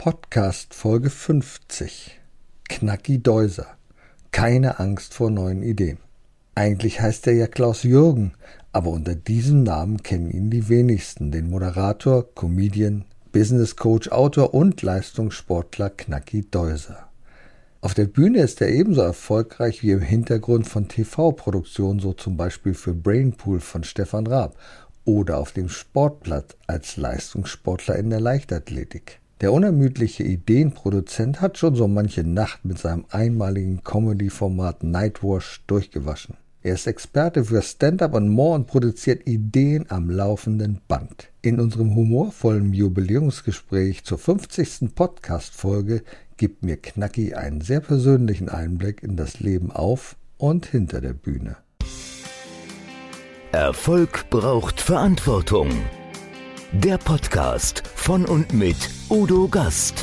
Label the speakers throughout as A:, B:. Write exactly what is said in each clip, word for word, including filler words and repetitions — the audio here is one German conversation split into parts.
A: Podcast Folge fünfzig. Knacki Deuser. Keine Angst vor neuen Ideen. Eigentlich heißt er ja Klaus-Jürgen, aber unter diesem Namen kennen ihn die wenigsten, den Moderator, Comedian, Business Coach, Autor und Leistungssportler Knacki Deuser. Auf der Bühne ist er ebenso erfolgreich wie im Hintergrund von T V-Produktionen, so zum Beispiel für Brainpool von Stefan Raab oder auf dem Sportplatz als Leistungssportler in der Leichtathletik. Der unermüdliche Ideenproduzent hat schon so manche Nacht mit seinem einmaligen Comedy-Format Nightwash durchgewaschen. Er ist Experte für Stand-up und more und produziert Ideen am laufenden Band. In unserem humorvollen Jubiläumsgespräch zur fünfzigsten Podcast-Folge gibt mir Knacki einen sehr persönlichen Einblick in das Leben auf und hinter der Bühne.
B: Erfolg braucht Verantwortung. Der Podcast von und mit Udo Gast.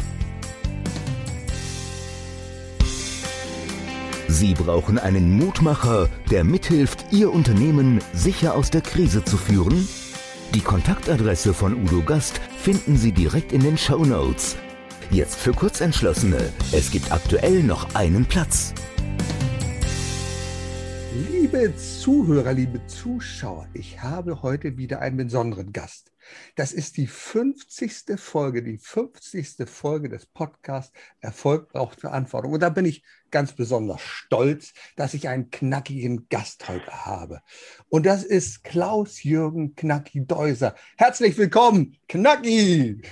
B: Sie brauchen einen Mutmacher, der mithilft, Ihr Unternehmen sicher aus der Krise zu führen? Die Kontaktadresse von Udo Gast finden Sie direkt in den Shownotes. Jetzt für Kurzentschlossene. Es gibt aktuell noch einen Platz.
A: Liebe Zuhörer, liebe Zuschauer, ich habe heute wieder einen besonderen Gast. Das ist die fünfzigste Folge, die fünfzigste Folge des Podcasts Erfolg braucht Verantwortung. Und da bin ich ganz besonders stolz, dass ich einen knackigen Gast heute habe. Und das ist Klaus-Jürgen Knacki Deuser. Herzlich willkommen, Knacki!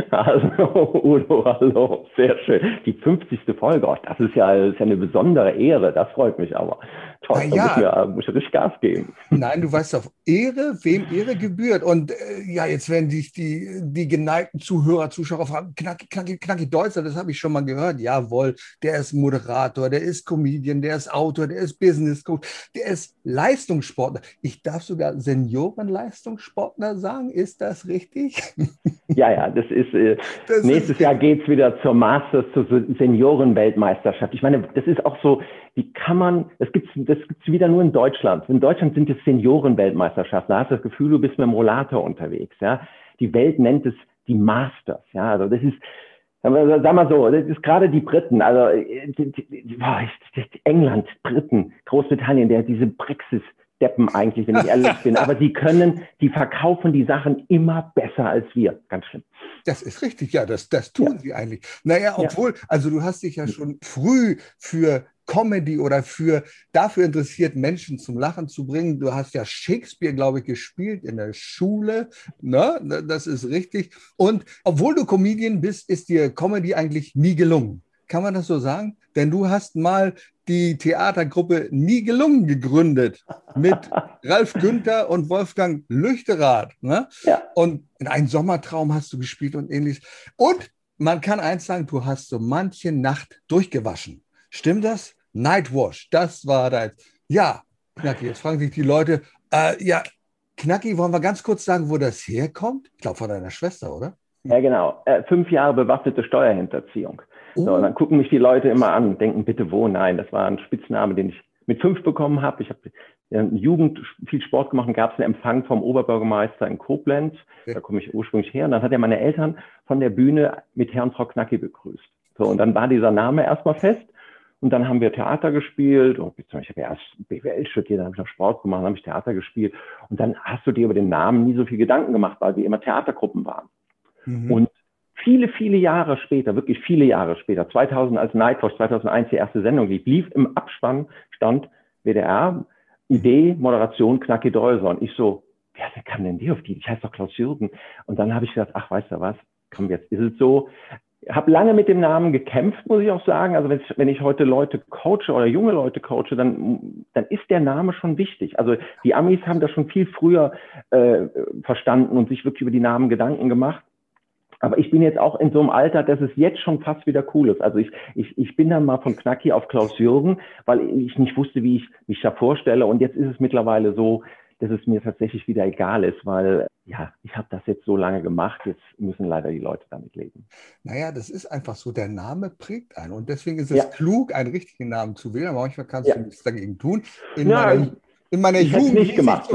C: Hallo Udo, hallo, sehr schön. Die fünfzigste Folge, oh, das ist ja, das ist ja eine besondere Ehre, das freut mich aber. Toll,
A: ja,
C: da muss ich, muss ich richtig Gas geben.
A: Nein, du weißt doch, Ehre, wem Ehre gebührt. Und äh, ja, jetzt werden dich die, die geneigten Zuhörer, Zuschauer fragen, Knacki, Knacki, Knacki Deuser, das habe ich schon mal gehört. Jawohl, der ist Moderator, der ist Comedian, der ist Autor, der ist Business Coach, der ist Leistungssportler. Ich darf sogar Seniorenleistungssportler sagen, ist das richtig?
C: Ja, ja, das ist, äh,
A: das
C: nächstes
A: ist,
C: Jahr geht's wieder zur Masters, zur Seniorenweltmeisterschaft. Ich meine, das ist auch so, wie kann man, das gibt's, das gibt's wieder nur in Deutschland. In Deutschland sind es Seniorenweltmeisterschaften. Da hast du das Gefühl, du bist mit dem Rollator unterwegs, ja. Die Welt nennt es die Masters, ja. Also das ist, sag mal so, das ist gerade die Briten, also die, die, die, boah, England, Briten, Großbritannien, der diese Brexit Deppen eigentlich, wenn ich ehrlich bin. Aber die können, die verkaufen die Sachen immer besser als wir. Ganz schlimm.
A: Das ist richtig, ja, das, das tun ja. sie eigentlich. Naja, obwohl, ja. also du hast dich ja schon früh für Comedy oder für dafür interessiert, Menschen zum Lachen zu bringen. Du hast ja Shakespeare, glaube ich, gespielt in der Schule. Ne? Das ist richtig. Und obwohl du Comedian bist, ist dir Comedy eigentlich nie gelungen. Kann man das so sagen? Denn du hast mal die Theatergruppe Nie gelungen gegründet mit Ralf Günther und Wolfgang Lüchterath. Ne? Ja. Und in einem Sommertraum hast du gespielt und ähnliches. Und man kann eins sagen, du hast so manche Nacht durchgewaschen. Stimmt das? Nightwash, das war dein. Ja, Knacki, jetzt fragen sich die Leute, äh, ja, Knacki, wollen wir ganz kurz sagen, wo das herkommt? Ich glaube, von deiner Schwester, oder?
C: Ja, genau. Äh, fünf Jahre bewaffnete Steuerhinterziehung. Oh. So, und dann gucken mich die Leute immer an und denken, bitte wo? Nein, das war ein Spitzname, den ich mit fünf bekommen habe. Ich habe in der Jugend viel Sport gemacht und gab es einen Empfang vom Oberbürgermeister in Koblenz. Ja. Da komme ich ursprünglich her. Und dann hat er meine Eltern von der Bühne mit Herrn und Frau Knacki begrüßt. So, und dann war dieser Name erstmal fest. Und dann haben wir Theater gespielt. Und ich habe ja erst B W L studiert, dann habe ich noch Sport gemacht, dann habe ich Theater gespielt. Und dann hast du dir über den Namen nie so viel Gedanken gemacht, weil wir immer Theatergruppen waren. Mhm. Und viele, viele Jahre später, wirklich viele Jahre später, zweitausend als Nightwash, zweitausendeins die erste Sendung lief, lief im Abspann, stand W D R, Idee, Moderation, Knacki Deuser. Und ich so, wer kam denn die auf die? Ich heiße doch Klaus-Jürgen. Und dann habe ich gesagt, ach, weißt du was, komm, jetzt ist es so. Habe lange mit dem Namen gekämpft, muss ich auch sagen. Also wenn ich, wenn ich heute Leute coache oder junge Leute coache, dann, dann ist der Name schon wichtig. Also die Amis haben das schon viel früher äh, verstanden und sich wirklich über die Namen Gedanken gemacht. Aber ich bin jetzt auch in so einem Alter, dass es jetzt schon fast wieder cool ist. Also ich, ich, ich bin dann mal von Knacki auf Klaus-Jürgen, weil ich nicht wusste, wie ich mich da vorstelle. Und jetzt ist es mittlerweile so, dass es mir tatsächlich wieder egal ist, weil ja, ich habe das jetzt so lange gemacht, jetzt müssen leider die Leute damit leben.
A: Naja, das ist einfach so, der Name prägt einen und deswegen ist es
C: ja.
A: klug, einen richtigen Namen zu wählen, aber manchmal kannst
C: ja.
A: du nichts dagegen tun. In
C: ja,
A: meiner, in meiner
C: ich hätte
A: Jugend
C: es nicht gemacht
A: so,
C: sonst.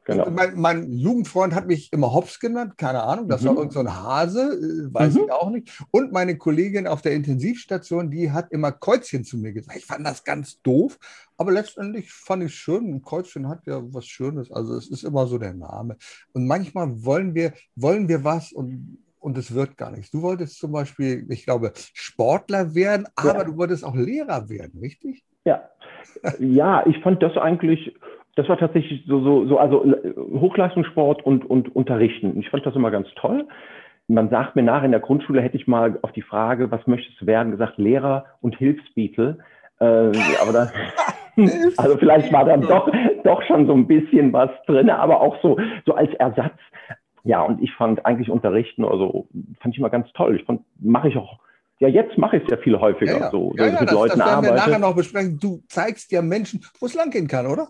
C: genau.
A: Mein, mein Jugendfreund hat mich immer Hops genannt, keine Ahnung, das
C: Mhm.
A: war irgend so ein Hase, äh, weiß
C: Mhm.
A: ich auch nicht. Und meine Kollegin auf der Intensivstation, die hat immer Kreuzchen zu mir gesagt. Ich fand das ganz doof, aber letztendlich fand ich es schön. Ein Kreuzchen hat ja was Schönes, also es ist immer so der Name. Und manchmal wollen wir, wollen wir was und, und es wird gar nichts. Du wolltest zum Beispiel, ich glaube, Sportler werden, aber
C: Ja.
A: du wolltest auch Lehrer werden, richtig?
C: Ja. Ja, ich fand das eigentlich, das war tatsächlich so, so, so also Hochleistungssport und, und Unterrichten. Ich fand das immer ganz toll. Man sagt mir nach, in der Grundschule hätte ich mal auf die Frage, was möchtest du werden, gesagt, Lehrer und Hilfsbeatle. Äh, aber dann, also vielleicht war dann doch, doch schon so ein bisschen was drin, aber auch so, so als Ersatz. Ja, und ich fand eigentlich Unterrichten, also fand ich immer ganz toll. Ich fand, mache ich auch. Ja, jetzt mache ich es ja viel häufiger,
A: Ja, ja.
C: so,
A: Ja,
C: dass
A: ja,
C: ich mit
A: das,
C: Leuten
A: das werden wir
C: arbeite.
A: nachher noch besprechen. Du zeigst ja Menschen, wo es lang gehen kann, oder?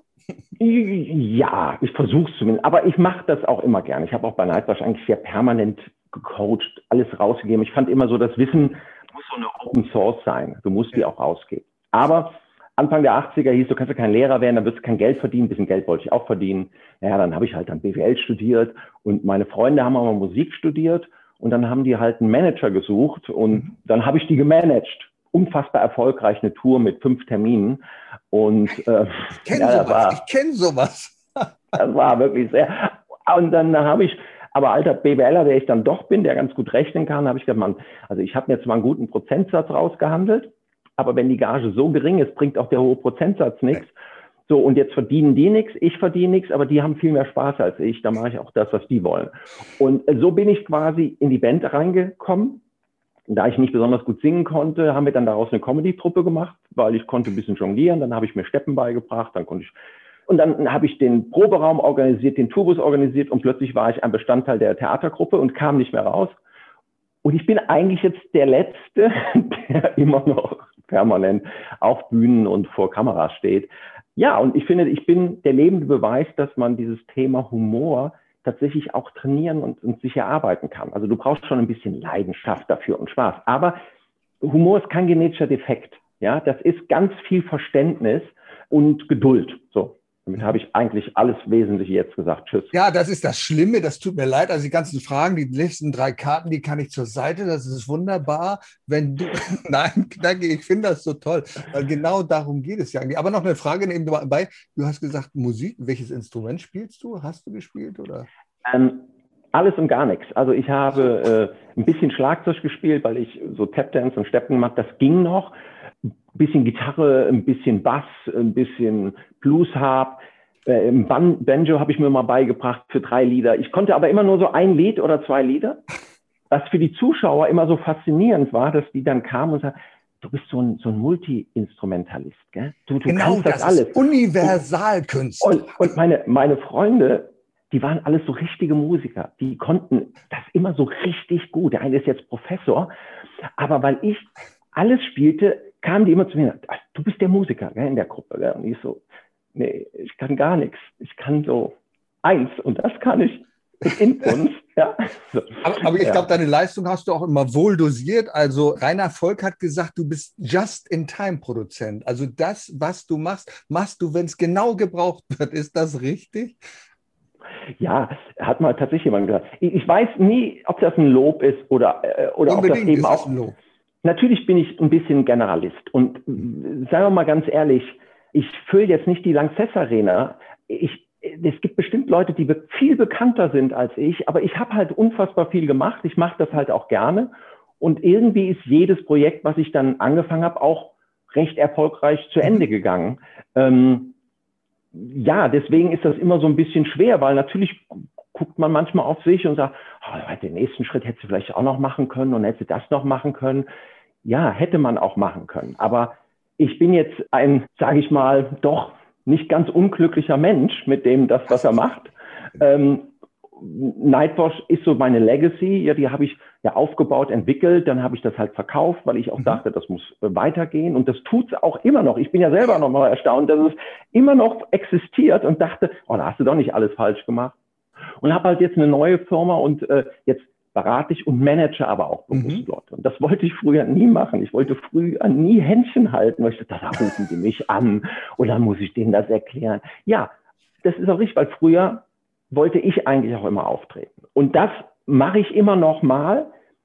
C: Ja, ich versuche es zumindest, aber ich mache das auch immer gerne. Ich habe auch bei Nightwatch eigentlich sehr permanent gecoacht, alles rausgegeben. Ich fand immer so, das Wissen muss so eine Open Source sein. Du musst die auch rausgeben. Aber Anfang der achtziger hieß, du kannst ja kein Lehrer werden, dann wirst du kein Geld verdienen. Ein bisschen Geld wollte ich auch verdienen. Naja, dann habe ich halt dann B W L studiert und meine Freunde haben aber Musik studiert und dann haben die halt einen Manager gesucht und mhm. dann habe ich die gemanagt. Unfassbar erfolgreich, eine Tour mit fünf Terminen. Und äh,
A: ich kenne
C: ja,
A: sowas.
C: war,
A: ich kenne sowas.
C: Das war wirklich sehr. Und dann habe ich, aber alter BWLer, der ich dann doch bin, der ganz gut rechnen kann, habe ich gesagt, Mann, also ich habe mir zwar einen guten Prozentsatz rausgehandelt, aber wenn die Gage so gering ist, bringt auch der hohe Prozentsatz nichts. So, und jetzt verdienen die nichts, ich verdiene nichts, aber die haben viel mehr Spaß als ich. Da mache ich auch das, was die wollen. Und so bin ich quasi in die Band reingekommen. Da ich nicht besonders gut singen konnte, haben wir dann daraus eine Comedy-Truppe gemacht, weil ich konnte ein bisschen jonglieren. Dann habe ich mir Steppen beigebracht, dann konnte ich und dann habe ich den Proberaum organisiert, den Tourbus organisiert und plötzlich war ich ein Bestandteil der Theatergruppe und kam nicht mehr raus. Und ich bin eigentlich jetzt der Letzte, der immer noch permanent auf Bühnen und vor Kameras steht. Ja, und ich finde, ich bin der lebende Beweis, dass man dieses Thema Humor tatsächlich auch trainieren und, und sich erarbeiten kann. Also du brauchst schon ein bisschen Leidenschaft dafür und Spaß. Aber Humor ist kein genetischer Defekt. Ja, das ist ganz viel Verständnis und Geduld. So. Damit habe ich eigentlich alles Wesentliche jetzt gesagt. Tschüss.
A: Ja, das ist das Schlimme. Das tut mir leid. Also die ganzen Fragen, die letzten drei Karten, die kann ich zur Seite. Das ist wunderbar. Wenn du, nein, danke, ich finde das so toll. Weil genau darum geht es ja eigentlich. Aber noch eine Frage neben dabei. Du hast gesagt Musik. Welches Instrument spielst du? Hast du gespielt oder?
C: Ähm, alles und gar nichts. Also ich habe äh, ein bisschen Schlagzeug gespielt, weil ich so Tapdance und Steppen gemacht. Das ging noch. Ein bisschen Gitarre, ein bisschen Bass, ein bisschen Blues Harp. Äh, Im Ban Banjo habe ich mir mal beigebracht für drei Lieder. Ich konnte aber immer nur so ein Lied oder zwei Lieder. Was für die Zuschauer immer so faszinierend war, dass die dann kamen und sagten, du bist so ein, so ein Multi-Instrumentalist, gell? Du, du
A: genau,
C: kannst das,
A: das
C: alles.
A: Ist Universalkünstler.
C: Und, und meine, meine Freunde, die waren alles so richtige Musiker. Die konnten das immer so richtig gut. Der eine ist jetzt Professor. Aber weil ich alles spielte, kamen die immer zu mir, du bist der Musiker, gell, in der Gruppe. Gell? Und ich so, nee, ich kann gar nichts. Ich kann so eins und das kann ich mit Inbrunst. Ja. So.
A: Aber, aber ich
C: Ja.
A: glaube, deine Leistung hast du auch immer wohl dosiert. Also Rainer Volk hat gesagt, du bist Just-in-Time-Produzent. Also das, was du machst, machst du, wenn es genau gebraucht wird. Ist das richtig?
C: Ja, hat mal tatsächlich jemand gesagt. Ich, ich weiß nie, ob das ein Lob ist oder, äh, oder ob das eben
A: ist
C: auch...
A: ein Lob.
C: Natürlich bin ich ein bisschen Generalist und äh, sagen wir mal ganz ehrlich, ich fülle jetzt nicht die Lanxess Arena. Ich, es gibt bestimmt Leute, die viel bekannter sind als ich, aber ich habe halt unfassbar viel gemacht. Ich mache das halt auch gerne und irgendwie ist jedes Projekt, was ich dann angefangen habe, auch recht erfolgreich zu Ende gegangen. Ähm, ja, deswegen ist das immer so ein bisschen schwer, weil natürlich guckt man manchmal auf sich und sagt, oh, den nächsten Schritt hätte sie vielleicht auch noch machen können und hätte das noch machen können. Ja, hätte man auch machen können. Aber ich bin jetzt ein, sage ich mal, doch nicht ganz unglücklicher Mensch mit dem, das, was er macht. Ähm, Nightwatch ist so meine Legacy. Ja, die habe ich ja aufgebaut, entwickelt. Dann habe ich das halt verkauft, weil ich auch mhm. dachte, das muss weitergehen. Und das tut es auch immer noch. Ich bin ja selber noch mal erstaunt, dass es immer noch existiert und dachte, oh, da hast du doch nicht alles falsch gemacht. Und habe halt jetzt eine neue Firma und äh, jetzt berate ich und manage aber auch bewusst mhm. Leute. Und das wollte ich früher nie machen. Ich wollte früher nie Händchen halten, weil ich dachte, da rufen die mich an oder muss ich denen das erklären. Ja, das ist auch richtig, weil früher wollte ich eigentlich auch immer auftreten. Und das mache ich immer noch mal,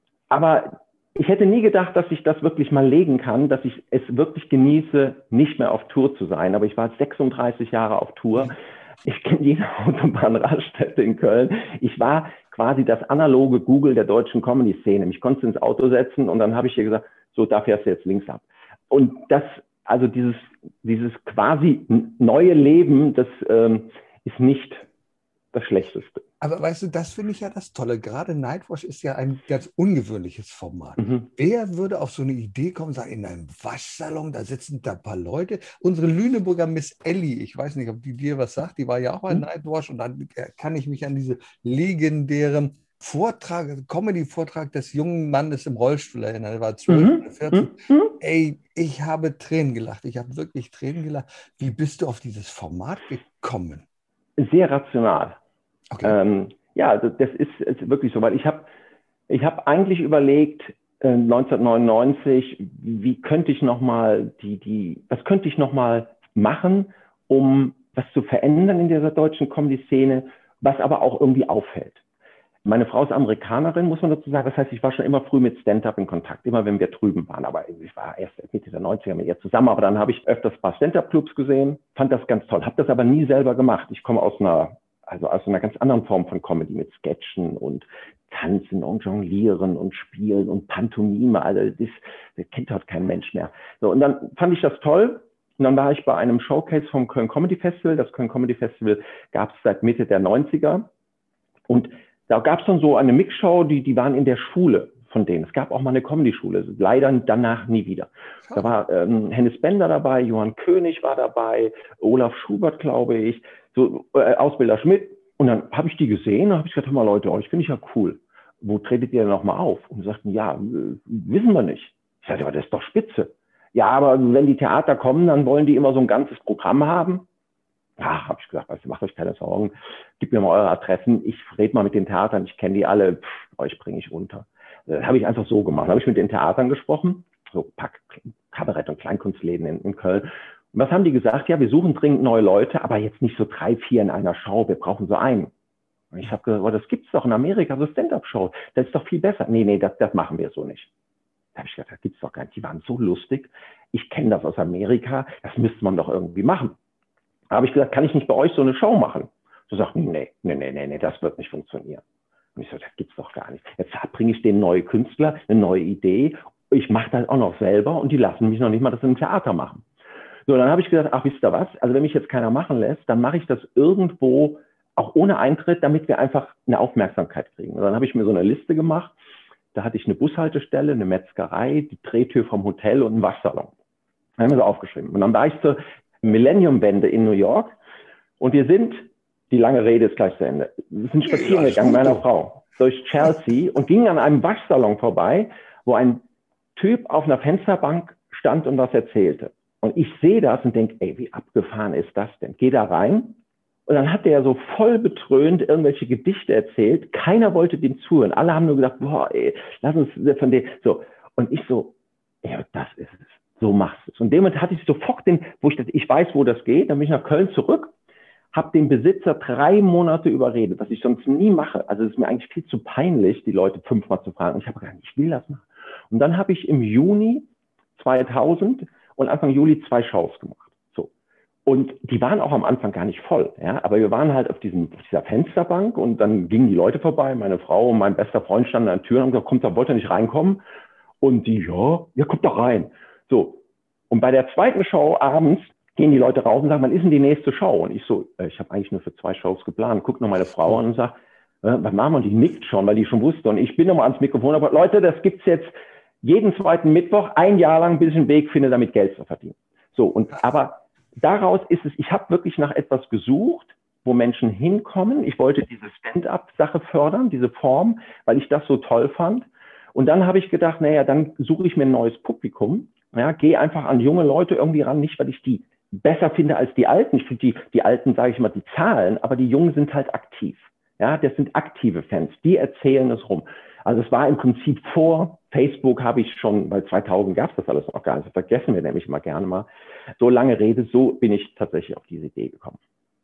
C: aber ich hätte nie gedacht, dass ich das wirklich mal legen kann, dass ich es wirklich genieße, nicht mehr auf Tour zu sein. Aber ich war sechsunddreißig Jahre auf Tour. Ich kenne jede Autobahnraststätte in Köln. Ich war quasi das analoge Google der deutschen Comedy-Szene. Ich konnte ins Auto setzen und dann habe ich ihr gesagt, so, da fährst du jetzt links ab. Und das, also dieses, dieses quasi neue Leben, das ähm, ist nicht das Schlechteste.
A: Aber weißt du, das finde ich ja das Tolle. Gerade Nightwash ist ja ein ganz ungewöhnliches Format.
C: Mhm.
A: Wer würde auf so eine Idee kommen, sagen, in einem Waschsalon, da sitzen da ein paar Leute. Unsere Lüneburger Miss Ellie, ich weiß nicht, ob die dir was sagt, die war ja auch bei mhm. Nightwash und dann kann ich mich an diese legendären Vortrag, Comedy-Vortrag des jungen Mannes im Rollstuhl erinnern. Er war zwölf
C: mhm.
A: oder vierzehn.
C: Mhm.
A: Ey, ich habe Tränen gelacht. Ich habe wirklich Tränen gelacht. Wie bist du auf dieses Format gekommen?
C: Sehr rational.
A: Okay.
C: Ähm, ja, also das ist, ist wirklich so, weil ich habe ich hab eigentlich überlegt, äh, neunzehnhundertneunundneunzig, wie könnte ich nochmal die, die, was könnte ich nochmal machen, um was zu verändern in dieser deutschen Comedy-Szene, was aber auch irgendwie auffällt. Meine Frau ist Amerikanerin, muss man dazu sagen. Das heißt, ich war schon immer früh mit Stand-Up in Kontakt, immer wenn wir drüben waren. Aber ich war erst Mitte der neunziger mit ihr zusammen. Aber dann habe ich öfters ein paar Stand-Up-Clubs gesehen, fand das ganz toll, habe das aber nie selber gemacht. Ich komme aus einer Also aus einer ganz anderen Form von Comedy mit Sketchen und Tanzen und Jonglieren und Spielen und Pantomime. Also das, das kennt heute kein Mensch mehr. So, und dann fand ich das toll. Und dann war ich bei einem Showcase vom Köln Comedy Festival. Das Köln Comedy Festival gab es seit Mitte der neunziger. Und da gab es dann so eine Mixshow, die, die waren in der Schule von denen. Es gab auch mal eine Comedy-Schule. Leider danach nie wieder. Da war ähm, Hennes Bender dabei, Johann König war dabei, Olaf Schubert, glaube ich. So äh, Ausbilder Schmidt, und dann habe ich die gesehen, und habe ich gesagt, hör mal Leute, euch finde ich ja cool. Wo tretet ihr denn nochmal auf? Und sie sagten, ja, äh, wissen wir nicht. Ich sagte, aber das ist doch spitze. Ja, aber wenn die Theater kommen, dann wollen die immer so ein ganzes Programm haben. Ja, habe ich gesagt, weißt du, macht euch keine Sorgen, gebt mir mal eure Adressen, ich rede mal mit den Theatern, ich kenne die alle, pff, euch bringe ich unter. Das habe ich einfach so gemacht. Dann habe ich mit den Theatern gesprochen, so Pack, Kabarett- und Kleinkunstläden in, in Köln. Und was haben die gesagt? Ja, wir suchen dringend neue Leute, aber jetzt nicht so drei, vier in einer Show. Wir brauchen so einen. Und ich habe gesagt, oh, das gibt's doch in Amerika, so Stand-Up-Show. Das ist doch viel besser. Nee, nee, das, das machen wir so nicht. Da habe ich gesagt, das gibt's doch gar nicht. Die waren so lustig. Ich kenne das aus Amerika. Das müsste man doch irgendwie machen. Da habe ich gesagt, kann ich nicht bei euch so eine Show machen? So sagt, nee, nee, nee, nee, nee, das wird nicht funktionieren. Und ich so, das gibt's doch gar nicht. Jetzt bringe ich denen neue Künstler, eine neue Idee. Ich mache das auch noch selber und die lassen mich noch nicht mal das im Theater machen. So, dann habe ich gesagt, ach, wisst ihr was? Also wenn mich jetzt keiner machen lässt, dann mache ich das irgendwo, auch ohne Eintritt, damit wir einfach eine Aufmerksamkeit kriegen. Und dann habe ich mir so eine Liste gemacht. Da hatte ich eine Bushaltestelle, eine Metzgerei, die Drehtür vom Hotel und einen Waschsalon. Da haben wir so aufgeschrieben. Und dann war ich zur Millennium-Wende in New York und wir sind, die lange Rede ist gleich zu Ende, wir sind spazieren ja, gegangen, meiner Frau, durch Chelsea und gingen an einem Waschsalon vorbei, wo ein Typ auf einer Fensterbank stand und was erzählte. Und ich sehe das und denke, ey, wie abgefahren ist das denn? Geh da rein. Und dann hat der so voll betrönt irgendwelche Gedichte erzählt. Keiner wollte dem zuhören. Alle haben nur gesagt, boah, ey, lass uns von dem. So. Und ich so, ja, das ist es. So machst du es. Und damit hatte ich sofort den, wo ich das, ich weiß, wo das geht. Dann bin ich nach Köln zurück, habe den Besitzer drei Monate überredet, was ich sonst nie mache. Also es ist mir eigentlich viel zu peinlich, die Leute fünfmal zu fragen. Und ich habe gesagt, ich will das machen. Und dann habe ich im Juni zweitausend und Anfang Juli zwei Shows gemacht. So. Und die waren auch am Anfang gar nicht voll. Ja? Aber wir waren halt auf, diesem, auf dieser Fensterbank und dann gingen die Leute vorbei. Meine Frau und mein bester Freund standen an der Tür und haben gesagt, kommt, da wollt ihr nicht reinkommen? Und die, ja, ja, kommt doch rein. So. Und bei der zweiten Show abends gehen die Leute raus und sagen, wann ist denn die nächste Show? Und ich so, äh, ich habe eigentlich nur für zwei Shows geplant. Guck noch meine Frau an und sag, äh, was machen wir? Und die nickt schon, weil die schon wusste. Und ich bin nochmal ans Mikrofon, aber Leute, das gibt's jetzt jeden zweiten Mittwoch, ein Jahr lang, bis ich einen Weg finde, damit Geld zu verdienen. So, und aber daraus ist es, ich habe wirklich nach etwas gesucht, wo Menschen hinkommen. Ich wollte diese Stand-up-Sache fördern, diese Form, weil ich das so toll fand. Und dann habe ich gedacht, naja, dann suche ich mir ein neues Publikum. Ja, gehe einfach an junge Leute irgendwie ran, nicht weil ich die besser finde als die Alten. Ich finde die, die Alten, sage ich mal, die Zahlen, aber die Jungen sind halt aktiv. Ja, das sind aktive Fans, die erzählen es rum. Also es war im Prinzip vor Facebook, habe ich schon, weil zweitausend gab es das alles noch gar nicht, das vergessen wir nämlich immer gerne mal. So lange Rede, so bin ich tatsächlich auf diese Idee gekommen.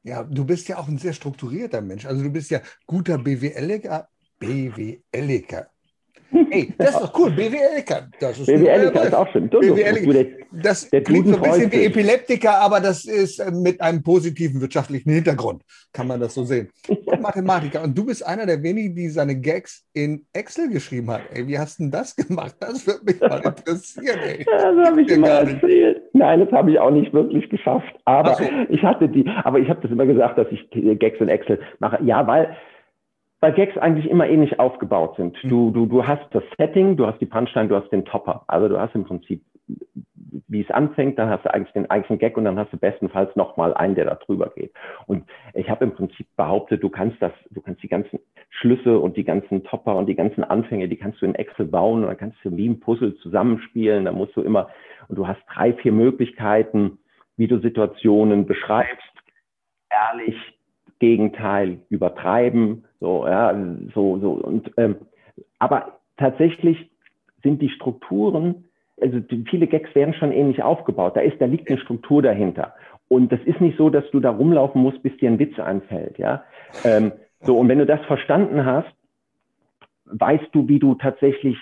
A: Ja, du bist ja auch ein sehr strukturierter Mensch. Also du bist ja guter BWLiker. BWLiker. Ey, das ist doch cool. BWLiker. Das ist ein neuer
C: BWLiker ist
A: Begriff.
C: auch schön.
A: BWLiker. Das
C: Der
A: klingt so ein
C: Duden
A: bisschen
C: freut
A: wie
C: sich.
A: Epileptiker, aber das ist äh, mit einem positiven wirtschaftlichen Hintergrund. Kann man das so sehen. Und Mathematiker. Und du bist einer der wenigen, die seine Gags in Excel geschrieben hat. Ey, wie hast du denn das gemacht? Das würde mich mal interessieren. Ey.
C: Ja, das habe ich
A: Ja,
C: immer
A: gar nicht.
C: erzählt. Nein, das habe ich auch nicht wirklich geschafft. Aber
A: Ach so.
C: ich hatte die, aber ich habe das immer gesagt, dass ich Gags in Excel mache. Ja, weil weil Gags eigentlich immer ähnlich aufgebaut sind. Du, du, du hast das Setting, du hast die Punchline, du hast den Topper. Also du hast im Prinzip, wie es anfängt, dann hast du eigentlich den eigentlichen Gag und dann hast du bestenfalls nochmal einen, der da drüber geht. Und ich habe im Prinzip behauptet, du kannst das, du kannst die ganzen Schlüsse und die ganzen Topper und die ganzen Anfänge, die kannst du in Excel bauen und dann kannst du wie ein Puzzle zusammenspielen. Da musst du immer, und du hast drei, vier Möglichkeiten, wie du Situationen beschreibst. Ehrlich, Gegenteil, übertreiben, so, ja, so, so, und, ähm, aber tatsächlich sind die Strukturen, also die, viele Gags werden schon ähnlich aufgebaut, da ist, da liegt eine Struktur dahinter. Und das ist nicht so, dass du da rumlaufen musst, bis dir ein Witz einfällt, ja. Ähm, so, und wenn du das verstanden hast, weißt du, wie du tatsächlich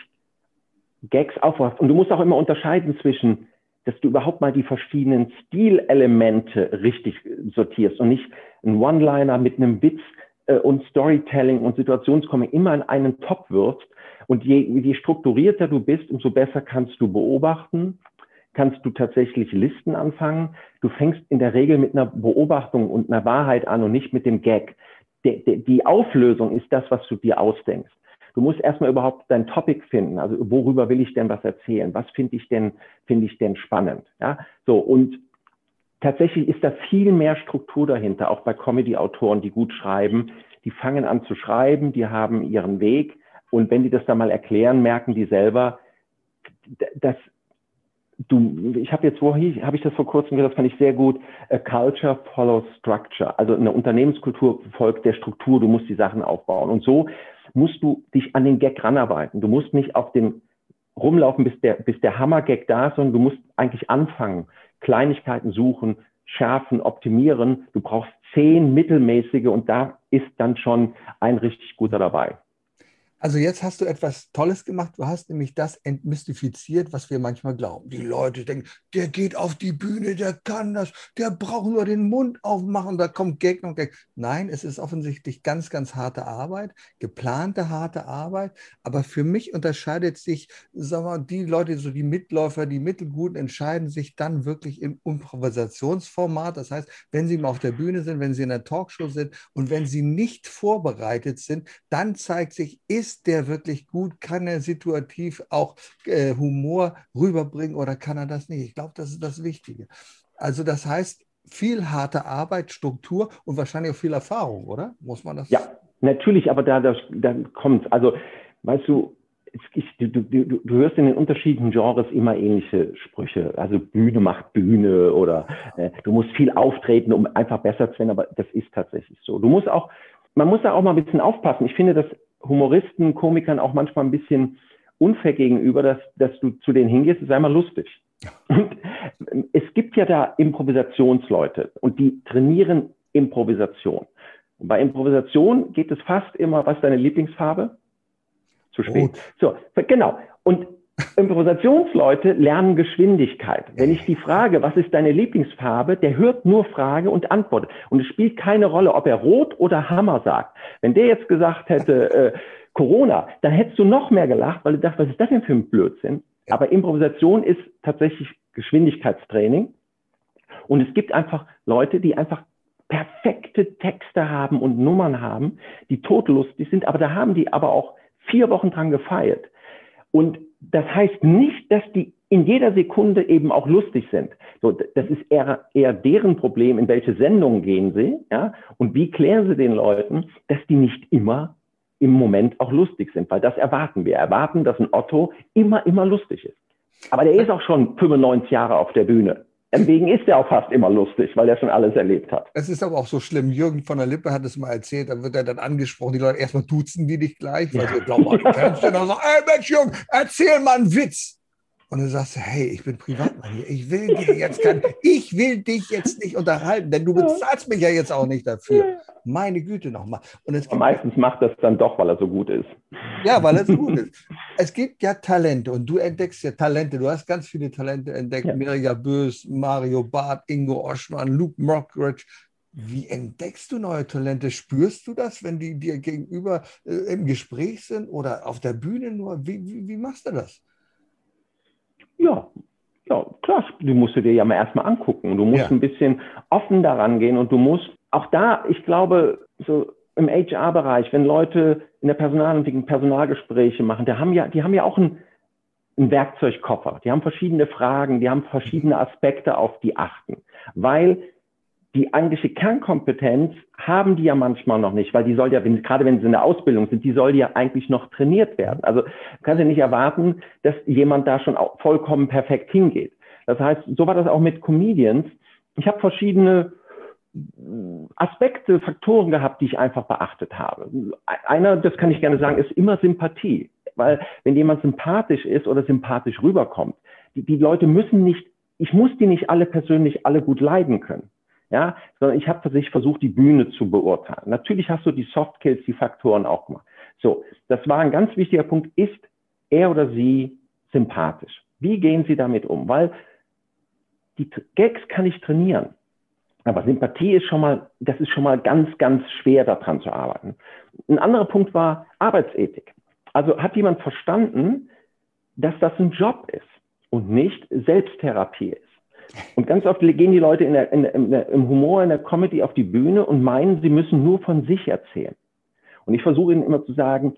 C: Gags aufmachst. Und du musst auch immer unterscheiden zwischen, dass du überhaupt mal die verschiedenen Stilelemente richtig sortierst und nicht ein One-Liner mit einem Witz äh, und Storytelling und Situationskomik immer in einen Topf wirfst. Und je, je strukturierter du bist, umso besser kannst du beobachten, kannst du tatsächlich Listen anfangen. Du fängst in der Regel mit einer Beobachtung und einer Wahrheit an und nicht mit dem Gag. De, de, die Auflösung ist das, was du dir ausdenkst. Du musst erstmal überhaupt dein Topic finden. Also worüber will ich denn was erzählen? Was finde ich denn, finde ich denn spannend? Ja, so. Und tatsächlich ist da viel mehr Struktur dahinter, auch bei Comedy-Autoren, die gut schreiben. Die fangen an zu schreiben, die haben ihren Weg. Und wenn die das dann mal erklären, merken die selber, dass du, ich habe jetzt, wo habe ich das vor kurzem gesagt, das fand ich sehr gut, a culture follows structure. Also eine Unternehmenskultur folgt der Struktur, du musst die Sachen aufbauen. Und so musst du dich an den Gag ranarbeiten. Du musst nicht auf den rumlaufen, bis der, bis der Hammer-Gag da ist, sondern du musst eigentlich anfangen, Kleinigkeiten suchen, schärfen, optimieren. Du brauchst zehn mittelmäßige und da ist dann schon ein richtig guter dabei.
A: Also jetzt hast du etwas Tolles gemacht. Du hast nämlich das entmystifiziert, was wir manchmal glauben. Die Leute denken, der geht auf die Bühne, der kann das, der braucht nur den Mund aufmachen, da kommt Gag und Gag. Nein, es ist offensichtlich ganz, ganz harte Arbeit, geplante harte Arbeit. Aber für mich unterscheidet sich, sagen wir mal, die Leute, so die Mitläufer, die Mittelguten, entscheiden sich dann wirklich im Improvisationsformat. Das heißt, wenn sie mal auf der Bühne sind, wenn sie in der Talkshow sind und wenn sie nicht vorbereitet sind, dann zeigt sich, ist Ist der wirklich gut? Kann er situativ auch äh, Humor rüberbringen oder kann er das nicht? Ich glaube, das ist das Wichtige. Also das heißt, viel harte Arbeit, Struktur und wahrscheinlich auch viel Erfahrung, oder? Muss man das?
C: Ja, natürlich, aber da, da, da kommt es. Also, weißt du, ich, du, du, du, du hörst in den unterschiedlichen Genres immer ähnliche Sprüche. Also Bühne macht Bühne oder äh, du musst viel auftreten, um einfach besser zu werden, aber das ist tatsächlich so. Du musst auch, man muss da auch mal ein bisschen aufpassen. Ich finde, dass Humoristen, Komikern auch manchmal ein bisschen unfair gegenüber, dass, dass du zu denen hingehst, sei mal lustig. Und es gibt ja da Improvisationsleute und die trainieren Improvisation. Und bei Improvisation geht es fast immer, was ist deine Lieblingsfarbe? Zu spät. So, genau. Und Improvisationsleute lernen Geschwindigkeit. Wenn ich die frage, was ist deine Lieblingsfarbe, der hört nur Frage und Antwort. Und es spielt keine Rolle, ob er Rot oder Hammer sagt. Wenn der jetzt gesagt hätte, äh, Corona, dann hättest du noch mehr gelacht, weil du dachtest, was ist das denn für ein Blödsinn? Aber Improvisation ist tatsächlich Geschwindigkeitstraining. Und es gibt einfach Leute, die einfach perfekte Texte haben und Nummern haben, die todlustig sind, aber da haben die aber auch vier Wochen dran gefeilt. Und das heißt nicht, dass die in jeder Sekunde eben auch lustig sind. So, das ist eher, eher deren Problem, in welche Sendungen gehen sie, ja, und wie klären sie den Leuten, dass die nicht immer im Moment auch lustig sind, weil das erwarten wir. Erwarten, dass ein Otto immer, immer lustig ist. Aber der ist auch schon fünfundneunzig Jahre auf der Bühne. Deswegen ist er auch fast immer lustig, weil er schon alles erlebt hat.
A: Es ist aber auch so schlimm. Jürgen von der Lippe hat es mal erzählt, da wird er dann angesprochen, die Leute erstmal duzen die dich gleich, weil ja. sie glauben, du kennst den, und sagen, ey Mensch Jürgen, erzähl mal einen Witz. und dann sagst du, hey, ich bin Privatmann hier, ich will dir jetzt gar, ich will dich jetzt nicht unterhalten, denn du bezahlst mich ja jetzt auch nicht dafür. Meine Güte nochmal. Und es gibt
C: meistens macht das dann doch, weil er so gut ist.
A: Ja, weil er so gut ist. Es gibt ja Talente und du entdeckst ja Talente. Du hast ganz viele Talente entdeckt.
C: Ja.
A: Mirja Bös, Mario Barth, Ingo Oschmann, Luke Mockridge. Wie entdeckst du neue Talente? Spürst du das, wenn die dir gegenüber äh, im Gespräch sind oder auf der Bühne nur? Wie, wie, wie machst du das?
C: Ja, ja, klar, die musst du dir ja mal erstmal angucken. Du musst
A: Ja.
C: ein bisschen offen daran gehen und du musst auch da, ich glaube, so im H R-Bereich, wenn Leute in der Personalentwicklung Personalgespräche machen, die haben ja, die haben ja auch einen, einen Werkzeugkoffer. Die haben verschiedene Fragen, die haben verschiedene Aspekte, auf die achten. Weil die eigentliche Kernkompetenz haben die ja manchmal noch nicht, weil die soll ja, wenn, gerade wenn sie in der Ausbildung sind, die soll ja eigentlich noch trainiert werden. Also du kannst ja nicht erwarten, dass jemand da schon vollkommen perfekt hingeht. Das heißt, so war das auch mit Comedians. Ich habe verschiedene Aspekte, Faktoren gehabt, die ich einfach beachtet habe. Einer, das kann ich gerne sagen, ist immer Sympathie. Weil wenn jemand sympathisch ist oder sympathisch rüberkommt, die, die Leute müssen nicht, ich muss die nicht alle persönlich alle gut leiden können. Ja, sondern ich habe tatsächlich versucht, die Bühne zu beurteilen. Natürlich hast du die Soft Skills, die Faktoren auch gemacht. So, das war ein ganz wichtiger Punkt. Ist er oder sie sympathisch? Wie gehen sie damit um? Weil die Gags kann ich trainieren. Aber Sympathie ist schon mal, das ist schon mal ganz, ganz schwer, daran zu arbeiten. Ein anderer Punkt war Arbeitsethik. Also hat jemand verstanden, dass das ein Job ist und nicht Selbsttherapie ist? Und ganz oft gehen die Leute in der, in der, in der, im Humor, in der Comedy auf die Bühne und meinen, sie müssen nur von sich erzählen. Und ich versuche ihnen immer zu sagen,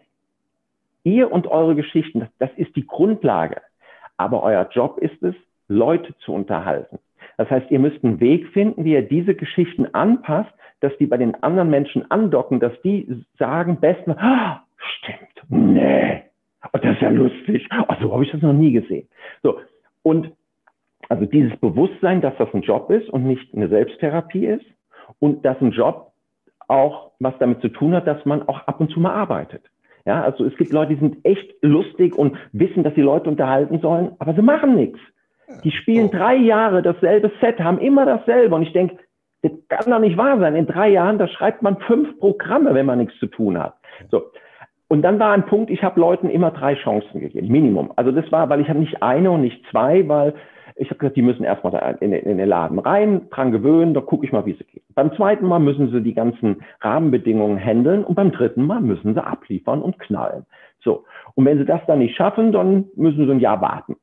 C: ihr und eure Geschichten, das, das ist die Grundlage. Aber euer Job ist es, Leute zu unterhalten. Das heißt, ihr müsst einen Weg finden, wie ihr diese Geschichten anpasst, dass die bei den anderen Menschen andocken, dass die sagen, besten, ah, stimmt, nee, oh, das ist ja lustig, oh, so habe ich das noch nie gesehen. So, und also dieses Bewusstsein, dass das ein Job ist und nicht eine Selbsttherapie ist und dass ein Job auch was damit zu tun hat, dass man auch ab und zu mal arbeitet. Ja, also es gibt Leute, die sind echt lustig und wissen, dass die Leute unterhalten sollen, aber sie machen nichts. Die spielen
A: Oh.
C: drei Jahre dasselbe Set, haben immer dasselbe und ich denke, das kann doch nicht wahr sein. In drei Jahren, da schreibt man fünf Programme, wenn man nichts zu tun hat. So. Und dann war ein Punkt, ich habe Leuten immer drei Chancen gegeben, Minimum. Also das war, weil ich habe nicht eine und nicht zwei, weil ich habe gesagt, die müssen erstmal da in, in den Laden rein, dran gewöhnen, da gucke ich mal, wie es geht. Beim zweiten Mal müssen sie die ganzen Rahmenbedingungen handeln und beim dritten Mal müssen sie abliefern und knallen. So. Und wenn sie das dann nicht schaffen, dann müssen sie ein Jahr warten.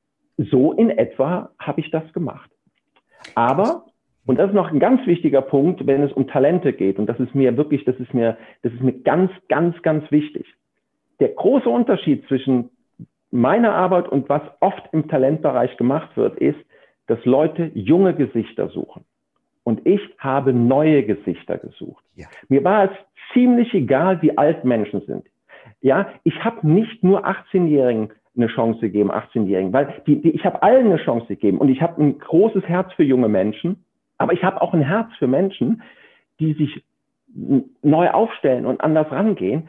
C: So in etwa habe ich das gemacht. Aber, und das ist noch ein ganz wichtiger Punkt, wenn es um Talente geht, und das ist mir wirklich, das ist mir, das ist mir ganz, ganz, ganz wichtig. Der große Unterschied zwischen meiner Arbeit und was oft im Talentbereich gemacht wird, ist, dass Leute junge Gesichter suchen. Und ich habe neue Gesichter gesucht. Ja. Mir war es ziemlich egal, wie alt Menschen sind. Ja, ich habe nicht nur achtzehnjährigen eine Chance gegeben, achtzehnjährigen, weil die, die, ich habe allen eine Chance gegeben und ich habe ein großes Herz für junge Menschen, aber ich habe auch ein Herz für Menschen, die sich neu aufstellen und anders rangehen.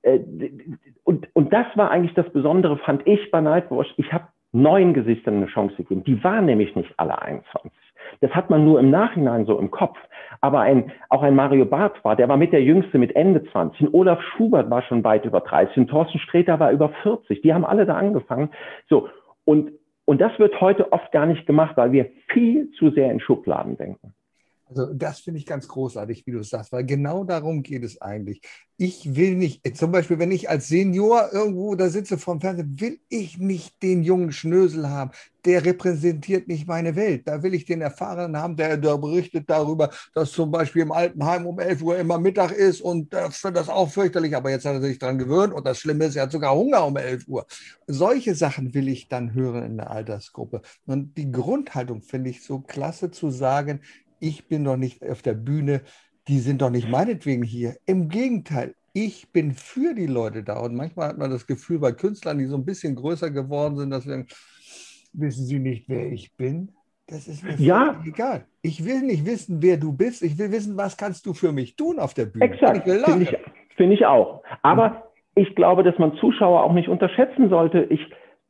C: Und, und das war eigentlich das Besondere, fand ich bei Nightwash. Ich habe neuen Gesichtern eine Chance gegeben. Die waren nämlich nicht alle einundzwanzig. Das hat man nur im Nachhinein so im Kopf. Aber ein, auch ein Mario Barth war, der war mit der Jüngste mit Ende zwanzig. Und Olaf Schubert war schon weit über dreißig. Und Thorsten Sträter war über vierzig. Die haben alle da angefangen. So. Und, und das wird heute oft gar nicht gemacht, weil wir viel zu sehr in Schubladen denken.
A: Also das finde ich ganz großartig, wie du es sagst, weil genau darum geht es eigentlich. Ich will nicht, zum Beispiel, wenn ich als Senior irgendwo da sitze vorm Fernsehen, will ich nicht den jungen Schnösel haben. Der repräsentiert nicht meine Welt. Da will ich den Erfahrenen haben, der, der berichtet darüber, dass zum Beispiel im Altenheim um elf Uhr immer Mittag ist und das findet das auch fürchterlich, aber jetzt hat er sich daran gewöhnt und das Schlimme ist, er hat sogar Hunger um elf Uhr. Solche Sachen will ich dann hören in der Altersgruppe. Und die Grundhaltung finde ich so klasse zu sagen, ich bin doch nicht auf der Bühne, die sind doch nicht meinetwegen hier. Im Gegenteil, ich bin für die Leute da. Und manchmal hat man das Gefühl bei Künstlern, die so ein bisschen größer geworden sind, dass wir wissen Sie nicht, wer ich bin? Das ist mir
C: ja.
A: egal. Ich will nicht wissen, wer du bist. Ich will wissen, was kannst du für mich tun auf der Bühne.
C: Exakt, finde ich, find ich auch. Aber mhm. ich glaube, dass man Zuschauer auch nicht unterschätzen sollte. Ich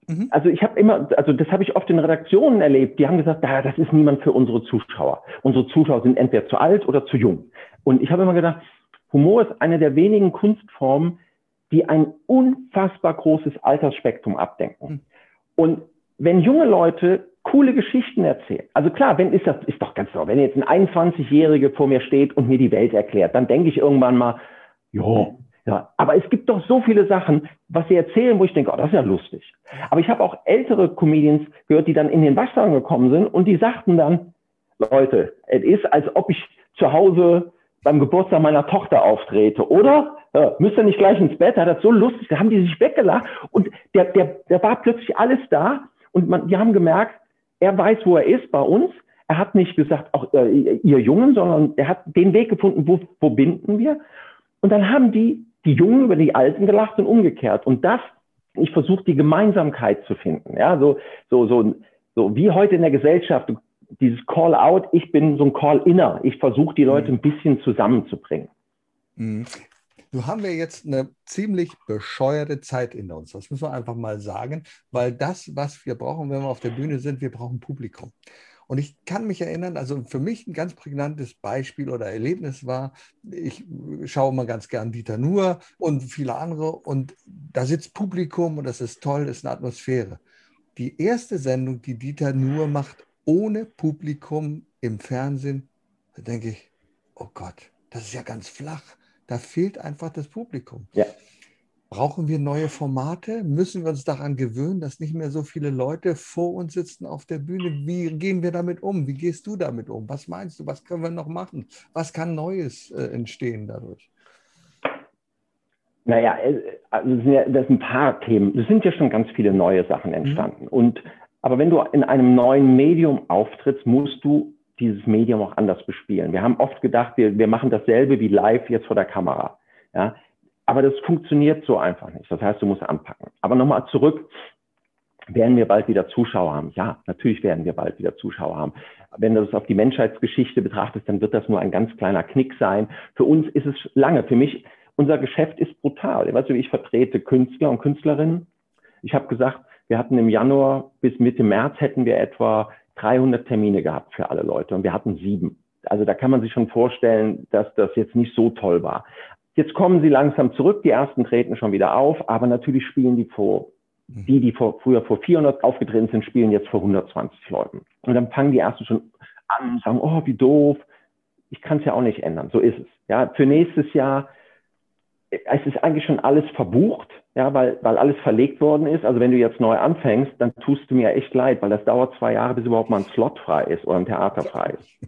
C: Mhm. Also ich habe immer, also das habe ich oft in Redaktionen erlebt, die haben gesagt, ah, das ist niemand für unsere Zuschauer. Unsere Zuschauer sind entweder zu alt oder zu jung. Und ich habe immer gedacht, Humor ist eine der wenigen Kunstformen, die ein unfassbar großes Altersspektrum abdenken. Mhm. Und wenn junge Leute coole Geschichten erzählen, also klar, wenn ist das ist doch ganz so, wenn jetzt ein einundzwanzigjähriger vor mir steht und mir die Welt erklärt, dann denke ich irgendwann mal, jo, ja, aber es gibt doch so viele Sachen, was sie erzählen, wo ich denke, oh, das ist ja lustig. Aber ich habe auch ältere Comedians gehört, die dann in den Waschsalon gekommen sind und die sagten dann, Leute, es ist, als ob ich zu Hause beim Geburtstag meiner Tochter auftrete, oder? Ja, müsst ihr nicht gleich ins Bett? Da hat das so lustig, da haben die sich weggelacht und der, der, der war plötzlich alles da und man, die haben gemerkt, er weiß, wo er ist bei uns. Er hat nicht gesagt, auch äh, ihr Jungen, sondern er hat den Weg gefunden, wo, wo binden wir? Und dann haben die, die Jungen über die Alten gelacht und umgekehrt. Und das, ich versuche die Gemeinsamkeit zu finden. Ja, so, so, so, so wie heute in der Gesellschaft, dieses Call-out, ich bin so ein Call-inner. Ich versuche die Leute ein bisschen zusammenzubringen.
A: Mhm. Nun haben wir jetzt eine ziemlich bescheuerte Zeit hinter uns. Das müssen wir einfach mal sagen, weil das, was wir brauchen, wenn wir auf der Bühne sind, wir brauchen Publikum. Und ich kann mich erinnern, also für mich ein ganz prägnantes Beispiel oder Erlebnis war, ich schaue mal ganz gern Dieter Nuhr und viele andere und da sitzt Publikum und das ist toll, das ist eine Atmosphäre. Die erste Sendung, die Dieter Nuhr macht, ohne Publikum im Fernsehen, da denke ich, oh Gott, das ist ja ganz flach. Da fehlt einfach das Publikum.
C: Ja.
A: Brauchen wir neue Formate? Müssen wir uns daran gewöhnen, dass nicht mehr so viele Leute vor uns sitzen auf der Bühne? Wie gehen wir damit um? Wie gehst du damit um? Was meinst du? Was können wir noch machen? Was kann Neues äh, entstehen dadurch?
C: Naja, also das sind ein paar Themen. Es sind ja schon ganz viele neue Sachen entstanden. Mhm. Und, aber wenn du in einem neuen Medium auftrittst, musst du dieses Medium auch anders bespielen. Wir haben oft gedacht, wir, wir machen dasselbe wie live jetzt vor der Kamera. Ja, aber das funktioniert so einfach nicht. Das heißt, du musst anpacken. Aber nochmal zurück, werden wir bald wieder Zuschauer haben? Ja, natürlich werden wir bald wieder Zuschauer haben. Wenn du das auf die Menschheitsgeschichte betrachtest, dann wird das nur ein ganz kleiner Knick sein. Für uns ist es lange. Für mich, unser Geschäft ist brutal. Weißt du, ich vertrete Künstler und Künstlerinnen. Ich habe gesagt, wir hatten im Januar bis Mitte März hätten wir etwa dreihundert Termine gehabt für alle Leute und wir hatten sieben. Also da kann man sich schon vorstellen, dass das jetzt nicht so toll war. Jetzt kommen sie langsam zurück, die ersten treten schon wieder auf, aber natürlich spielen die vor, die, die vor, früher vor vierhundert aufgetreten sind, spielen jetzt vor hundertzwanzig Leuten. Und dann fangen die ersten schon an und sagen, oh, wie doof. Ich kann es ja auch nicht ändern, so ist es. Ja, für nächstes Jahr, es ist eigentlich schon alles verbucht, ja, weil, weil alles verlegt worden ist. Also wenn du jetzt neu anfängst, dann tust du mir echt leid, weil das dauert zwei Jahre, bis überhaupt mal ein Slot frei ist oder ein Theater frei ist.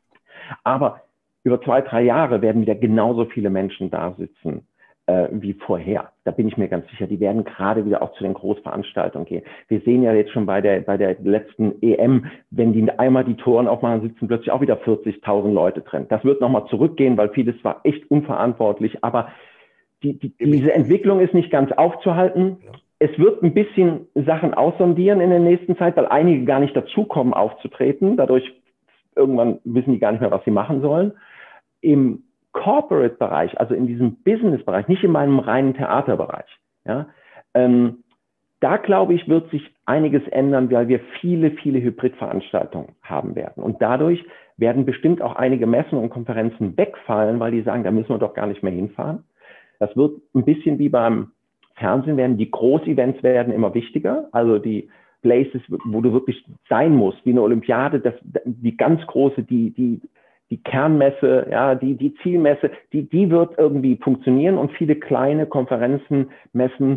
C: Aber über zwei, drei Jahre werden wieder genauso viele Menschen da sitzen äh, wie vorher. Da bin ich mir ganz sicher. Die werden gerade wieder auch zu den Großveranstaltungen gehen. Wir sehen ja jetzt schon bei der, bei der letzten E M, wenn die einmal die Toren aufmachen, sitzen plötzlich auch wieder vierzigtausend Leute drin. Das wird nochmal zurückgehen, weil vieles war echt unverantwortlich. Aber Die, die, diese Entwicklung ist nicht ganz aufzuhalten. Es wird ein bisschen Sachen aussondieren in der nächsten Zeit, weil einige gar nicht dazukommen, aufzutreten. Dadurch irgendwann wissen die gar nicht mehr, was sie machen sollen. Im Corporate-Bereich, also in diesem Business-Bereich, nicht in meinem reinen Theaterbereich, ja, ähm, da glaube ich, wird sich einiges ändern, weil wir viele, viele Hybridveranstaltungen haben werden. Und dadurch werden bestimmt auch einige Messen und Konferenzen wegfallen, weil die sagen, da müssen wir doch gar nicht mehr hinfahren. Das wird ein bisschen wie beim Fernsehen werden. Die Großevents werden immer wichtiger. Also die Places, wo du wirklich sein musst, wie eine Olympiade, das, die ganz große, die, die, die Kernmesse, ja, die, die Zielmesse, die, die wird irgendwie funktionieren und viele kleine Konferenzen, Messen,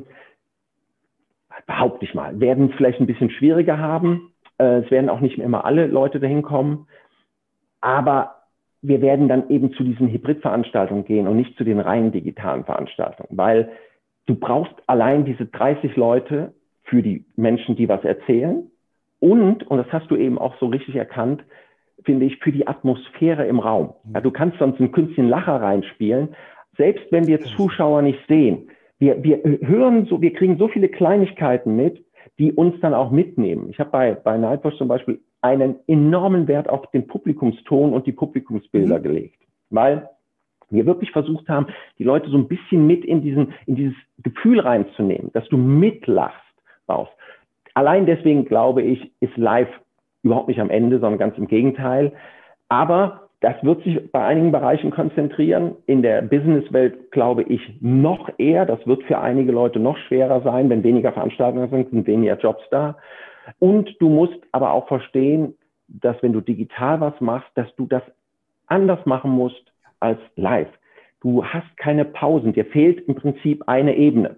C: behaupte ich mal, werden es vielleicht ein bisschen schwieriger haben. Es werden auch nicht mehr immer alle Leute dahin kommen. Aber wir werden dann eben zu diesen Hybridveranstaltungen gehen und nicht zu den rein digitalen Veranstaltungen, weil du brauchst allein diese dreißig Leute für die Menschen, die was erzählen und, und das hast du eben auch so richtig erkannt, finde ich, für die Atmosphäre im Raum. Ja, du kannst sonst einen künstlichen Lacher reinspielen, selbst wenn wir Zuschauer nicht sehen. Wir, wir hören so, wir kriegen so viele Kleinigkeiten mit, die uns dann auch mitnehmen. Ich habe bei, bei Nightwatch zum Beispiel einen enormen Wert auf den Publikumston und die Publikumsbilder mhm. gelegt, weil wir wirklich versucht haben, die Leute so ein bisschen mit in diesen, in dieses Gefühl reinzunehmen, dass du mitlachst raus. allein deswegen glaube ich, ist live überhaupt nicht am Ende, sondern ganz im Gegenteil. Aber das wird sich bei einigen Bereichen konzentrieren. In der Businesswelt glaube ich noch eher. Das wird für einige Leute noch schwerer sein, wenn weniger Veranstaltungen sind, sind weniger Jobs da. Und du musst aber auch verstehen, dass wenn du digital was machst, dass du das anders machen musst als live. Du hast keine Pausen. Dir fehlt im Prinzip eine Ebene.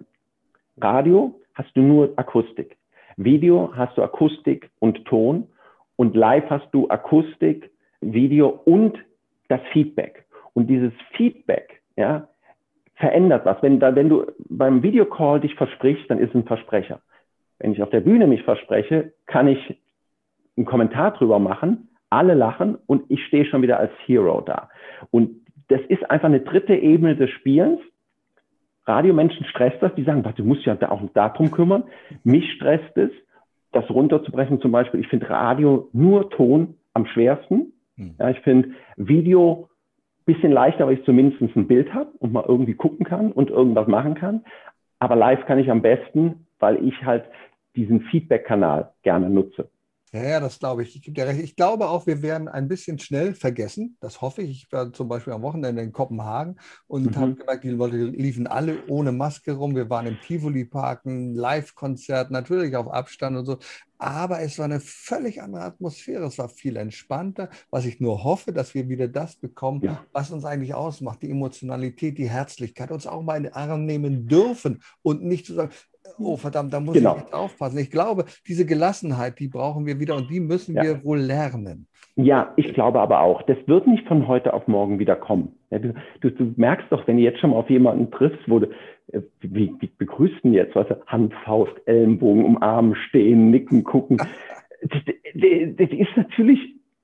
C: Radio hast du nur Akustik. Video hast du Akustik und Ton. Und live hast du Akustik, Video und das Feedback. Und dieses Feedback, ja, verändert was. Wenn, da, wenn du beim Videocall dich versprichst, dann ist es ein Versprecher. Wenn ich auf der Bühne mich verspreche, kann ich einen Kommentar drüber machen, alle lachen und ich stehe schon wieder als Hero da. Und das ist einfach eine dritte Ebene des Spielens. Radiomenschen stresst das, die sagen, du musst ja auch darum kümmern. Mich stresst es, das runterzubrechen zum Beispiel. Ich finde Radio nur Ton am schwersten. Ja, ich finde Video ein bisschen leichter, weil ich zumindest ein Bild habe und mal irgendwie gucken kann und irgendwas machen kann. Aber live kann ich am besten, weil ich halt diesen Feedback-Kanal gerne nutze.
A: Ja, ja, das glaube ich. Ich gebe dir recht. Ich glaube auch, wir werden ein bisschen schnell vergessen. Das hoffe ich. Ich war zum Beispiel am Wochenende in Kopenhagen und mhm. habe gemerkt, die Leute liefen alle ohne Maske rum. Wir waren im Tivoli-Park, ein Live-Konzert, natürlich auf Abstand und so. Aber es war eine völlig andere Atmosphäre. Es war viel entspannter. Was ich nur hoffe, dass wir wieder das bekommen, ja. was uns eigentlich ausmacht. Die Emotionalität, die Herzlichkeit. Uns auch mal in den Arm nehmen dürfen und nicht zu sagen, oh verdammt, da muss genau. ich jetzt aufpassen. Ich glaube, diese Gelassenheit, die brauchen wir wieder und die müssen ja. wir wohl lernen.
C: Ja, ich glaube aber auch, das wird nicht von heute auf morgen wieder kommen. Ja, du, du, du merkst doch, wenn du jetzt schon mal auf jemanden triffst, wo du, wie, wie begrüßt du jetzt, weißt du, Hand, Faust, Ellenbogen, umarmen, stehen, nicken, gucken. Das, das, das ist natürlich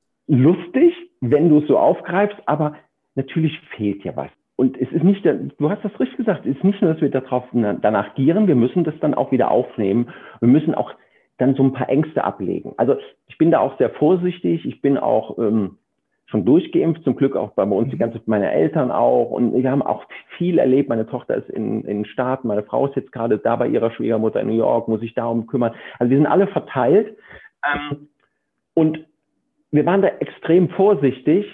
C: lustig, wenn du es so aufgreifst, aber natürlich fehlt ja was. Und es ist nicht, du hast das richtig gesagt, es ist nicht nur, dass wir darauf, danach gieren, wir müssen das dann auch wieder aufnehmen. Wir müssen auch dann so ein paar Ängste ablegen. Also ich bin da auch sehr vorsichtig, ich bin auch ähm, schon durchgeimpft, zum Glück auch bei uns, die ganze, meine Eltern auch. Und wir haben auch viel erlebt, meine Tochter ist in, in den Staaten, meine Frau ist jetzt gerade da bei ihrer Schwiegermutter in New York, muss sich darum kümmern. Also wir sind alle verteilt. Ähm, und wir waren da extrem vorsichtig.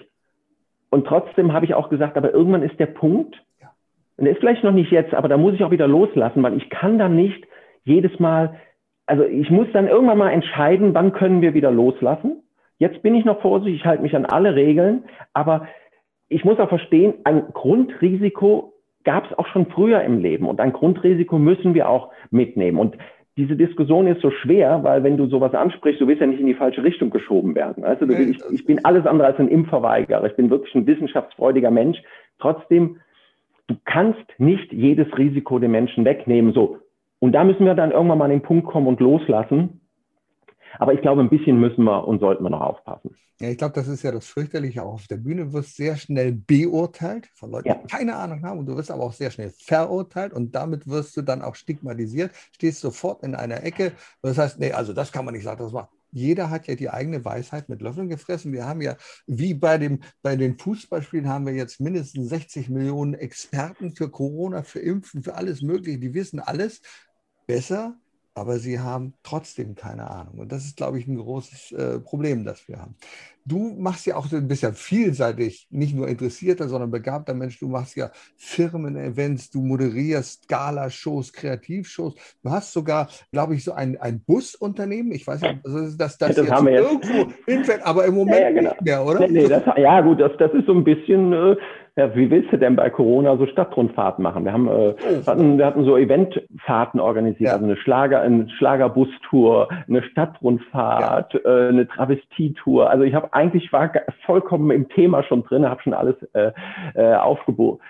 C: Und trotzdem habe ich auch gesagt, aber irgendwann ist der Punkt, und der ist vielleicht noch nicht jetzt, aber da muss ich auch wieder loslassen, weil ich kann dann nicht jedes Mal, also ich muss dann irgendwann mal entscheiden, wann können wir wieder loslassen. Jetzt bin ich noch vorsichtig, ich halte mich an alle Regeln, aber ich muss auch verstehen, ein Grundrisiko gab es auch schon früher im Leben und ein Grundrisiko müssen wir auch mitnehmen. Und diese Diskussion ist so schwer, weil wenn du sowas ansprichst, du willst ja nicht in die falsche Richtung geschoben werden. Also du, ich, ich bin alles andere als ein Impfverweigerer. Ich bin wirklich ein wissenschaftsfreudiger Mensch. Trotzdem, du kannst nicht jedes Risiko den Menschen wegnehmen. So. Und da müssen wir dann irgendwann mal an den Punkt kommen und loslassen. Aber ich glaube, ein bisschen müssen wir und sollten wir noch aufpassen.
A: Ja, ich glaube, das ist ja das Fürchterliche. Auch auf der Bühne wirst sehr schnell beurteilt von Leuten, ja. die keine Ahnung haben. Und du wirst aber auch sehr schnell verurteilt. Und damit wirst du dann auch stigmatisiert. Stehst sofort in einer Ecke. Das heißt, nee, also das kann man nicht sagen. Das war. Jeder hat ja die eigene Weisheit mit Löffeln gefressen. Wir haben ja, wie bei, dem, bei den Fußballspielen, haben wir jetzt mindestens sechzig Millionen Experten für Corona, für Impfen, für alles Mögliche. Die wissen alles besser, aber sie haben trotzdem keine Ahnung. Und das ist, glaube ich, ein großes äh, Problem, das wir haben. Du machst ja auch so ein bisschen vielseitig, nicht nur interessierter, sondern begabter Mensch. Du machst ja Firmen-Events, du moderierst Gala-Shows, Kreativshows. Du hast sogar, glaube ich, so ein, ein Busunternehmen. Ich weiß nicht, also dass das, das
C: jetzt
A: irgendwo hinfällt, aber im Moment ja, ja, genau. nicht mehr, oder?
C: Nee, nee, das, ja gut, das, das ist so ein bisschen... Äh Ja, wie willst du denn bei Corona so Stadtrundfahrten machen? Wir haben, äh, wir hatten, wir hatten so Eventfahrten organisiert, ja. also eine Schlager, eine Schlagerbus-Tour, eine Stadtrundfahrt, ja. äh, eine Travestietour. Also ich habe eigentlich war vollkommen im Thema schon drin, habe schon alles äh, äh, aufgebaut,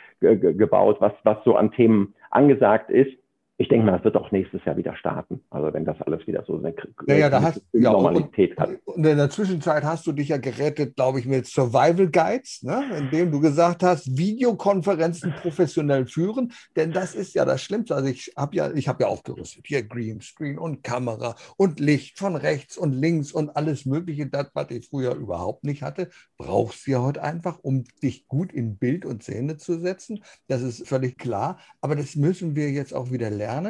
C: was was so an Themen angesagt ist. Ich denke mal, es wird auch nächstes Jahr wieder starten. Also wenn das alles wieder so eine
A: ja, ja, hast,
C: Normalität
A: ja, und,
C: hat.
A: Und in der Zwischenzeit hast du dich ja gerettet, glaube ich, mit Survival Guides, ne? Indem du gesagt hast, Videokonferenzen professionell führen. Denn das ist ja das Schlimmste. Also ich habe ja, ich habe ja aufgerüstet. Hier Greenscreen und Kamera und Licht von rechts und links und alles Mögliche. Das, was ich früher überhaupt nicht hatte, brauchst du ja heute einfach, um dich gut in Bild und Szene zu setzen. Das ist völlig klar. Aber das müssen wir jetzt auch wieder lernen.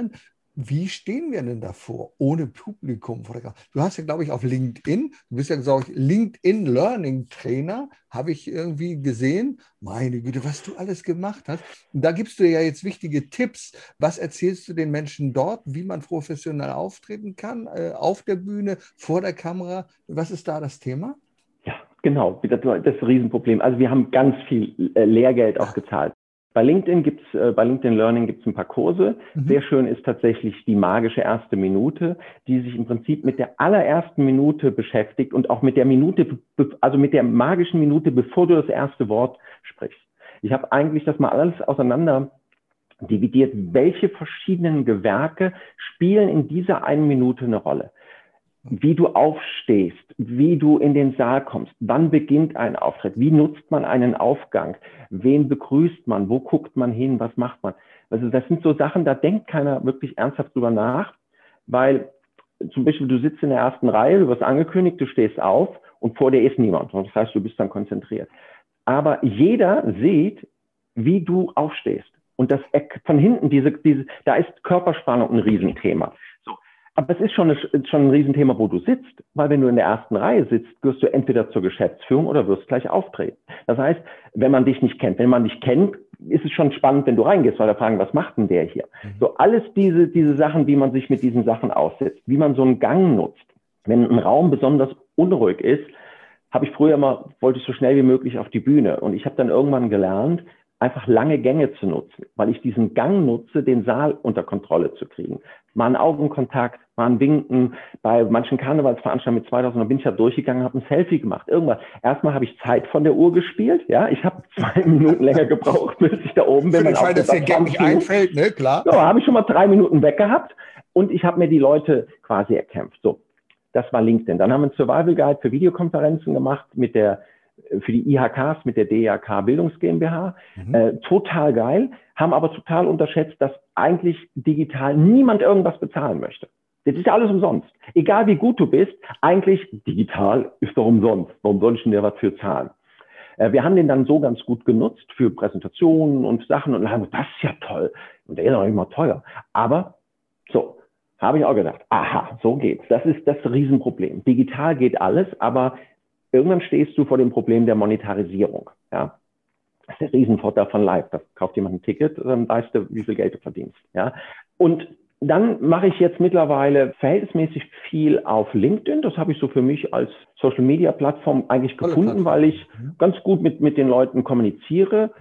A: Wie stehen wir denn davor, ohne Publikum vor der Kamera? Du hast ja, glaube ich, auf LinkedIn, du bist ja, glaube ich, LinkedIn Learning Trainer, habe ich irgendwie gesehen. Meine Güte, was du alles gemacht hast. Und da gibst du ja jetzt wichtige Tipps. Was erzählst du den Menschen dort, wie man professionell auftreten kann, äh, auf der Bühne, vor der Kamera? Was ist da das Thema?
C: Ja, genau, das ist das Riesenproblem. Also wir haben ganz viel äh, Lehrgeld auch gezahlt. Bei LinkedIn gibt's, äh, bei LinkedIn Learning gibt es ein paar Kurse. Mhm. Sehr schön ist tatsächlich die magische erste Minute, die sich im Prinzip mit der allerersten Minute beschäftigt und auch mit der Minute, also mit der magischen Minute, bevor du das erste Wort sprichst. Ich habe eigentlich das mal alles auseinander dividiert. Welche verschiedenen Gewerke spielen in dieser einen Minute eine Rolle? Wie du aufstehst, wie du in den Saal kommst, wann beginnt ein Auftritt, wie nutzt man einen Aufgang, wen begrüßt man, wo guckt man hin, was macht man. Also das sind so Sachen, da denkt keiner wirklich ernsthaft drüber nach, weil zum Beispiel du sitzt in der ersten Reihe, du wirst angekündigt, du stehst auf und vor dir ist niemand. Das heißt, du bist dann konzentriert. Aber jeder sieht, wie du aufstehst. Und das von hinten, diese, diese, da ist Körperspannung ein Riesenthema. Aber es ist schon, eine, schon ein Riesenthema, wo du sitzt, weil wenn du in der ersten Reihe sitzt, wirst du entweder zur Geschäftsführung oder wirst gleich auftreten. Das heißt, wenn man dich nicht kennt, wenn man dich kennt, ist es schon spannend, wenn du reingehst, weil da fragen, was macht denn der hier? Mhm. So alles diese, diese Sachen, wie man sich mit diesen Sachen aussetzt, wie man so einen Gang nutzt. Wenn ein Raum besonders unruhig ist, habe ich früher immer, wollte ich so schnell wie möglich auf die Bühne. Und ich habe dann irgendwann gelernt, einfach lange Gänge zu nutzen, weil ich diesen Gang nutze, den Saal unter Kontrolle zu kriegen. Mal einen Augenkontakt, mal ein Winken. Bei manchen Karnevalsveranstaltungen mit zweitausend, da bin ich ja durchgegangen, habe ein Selfie gemacht. Irgendwann. Erstmal habe ich Zeit von der Uhr gespielt. Ja, ich habe zwei Minuten länger gebraucht, bis ich da oben bin.
A: Für den Fall, dass der Gang nicht einfällt, ne, klar.
C: Ja, habe ich schon mal drei Minuten weg gehabt und ich habe mir die Leute quasi erkämpft. So, das war LinkedIn. Dann haben wir einen Survival Guide für Videokonferenzen gemacht mit der für die I H Ks mit der D I H K Bildungs GmbH. Mhm. Äh, total geil, haben aber total unterschätzt, dass eigentlich digital niemand irgendwas bezahlen möchte. Das ist ja alles umsonst. Egal wie gut du bist, eigentlich digital ist doch umsonst. Warum soll ich denn dir was für zahlen? Äh, wir haben den dann so ganz gut genutzt für Präsentationen und Sachen und haben gesagt, das ist ja toll. Und der ist auch immer teuer. Aber so, habe ich auch gedacht, aha, so geht's. Das ist das Riesenproblem. Digital geht alles, aber irgendwann stehst du vor dem Problem der Monetarisierung. Ja? Das ist der Riesenvorteil von Live. Da kauft jemand ein Ticket, dann weißt du, wie viel Geld du verdienst. Ja? Und dann mache ich jetzt mittlerweile verhältnismäßig viel auf LinkedIn. Das habe ich so für mich als Social-Media-Plattform eigentlich
A: Tolle
C: gefunden,
A: Plattform.
C: Weil ich ganz gut mit, mit den Leuten kommuniziere.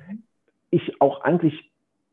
C: Ich auch eigentlich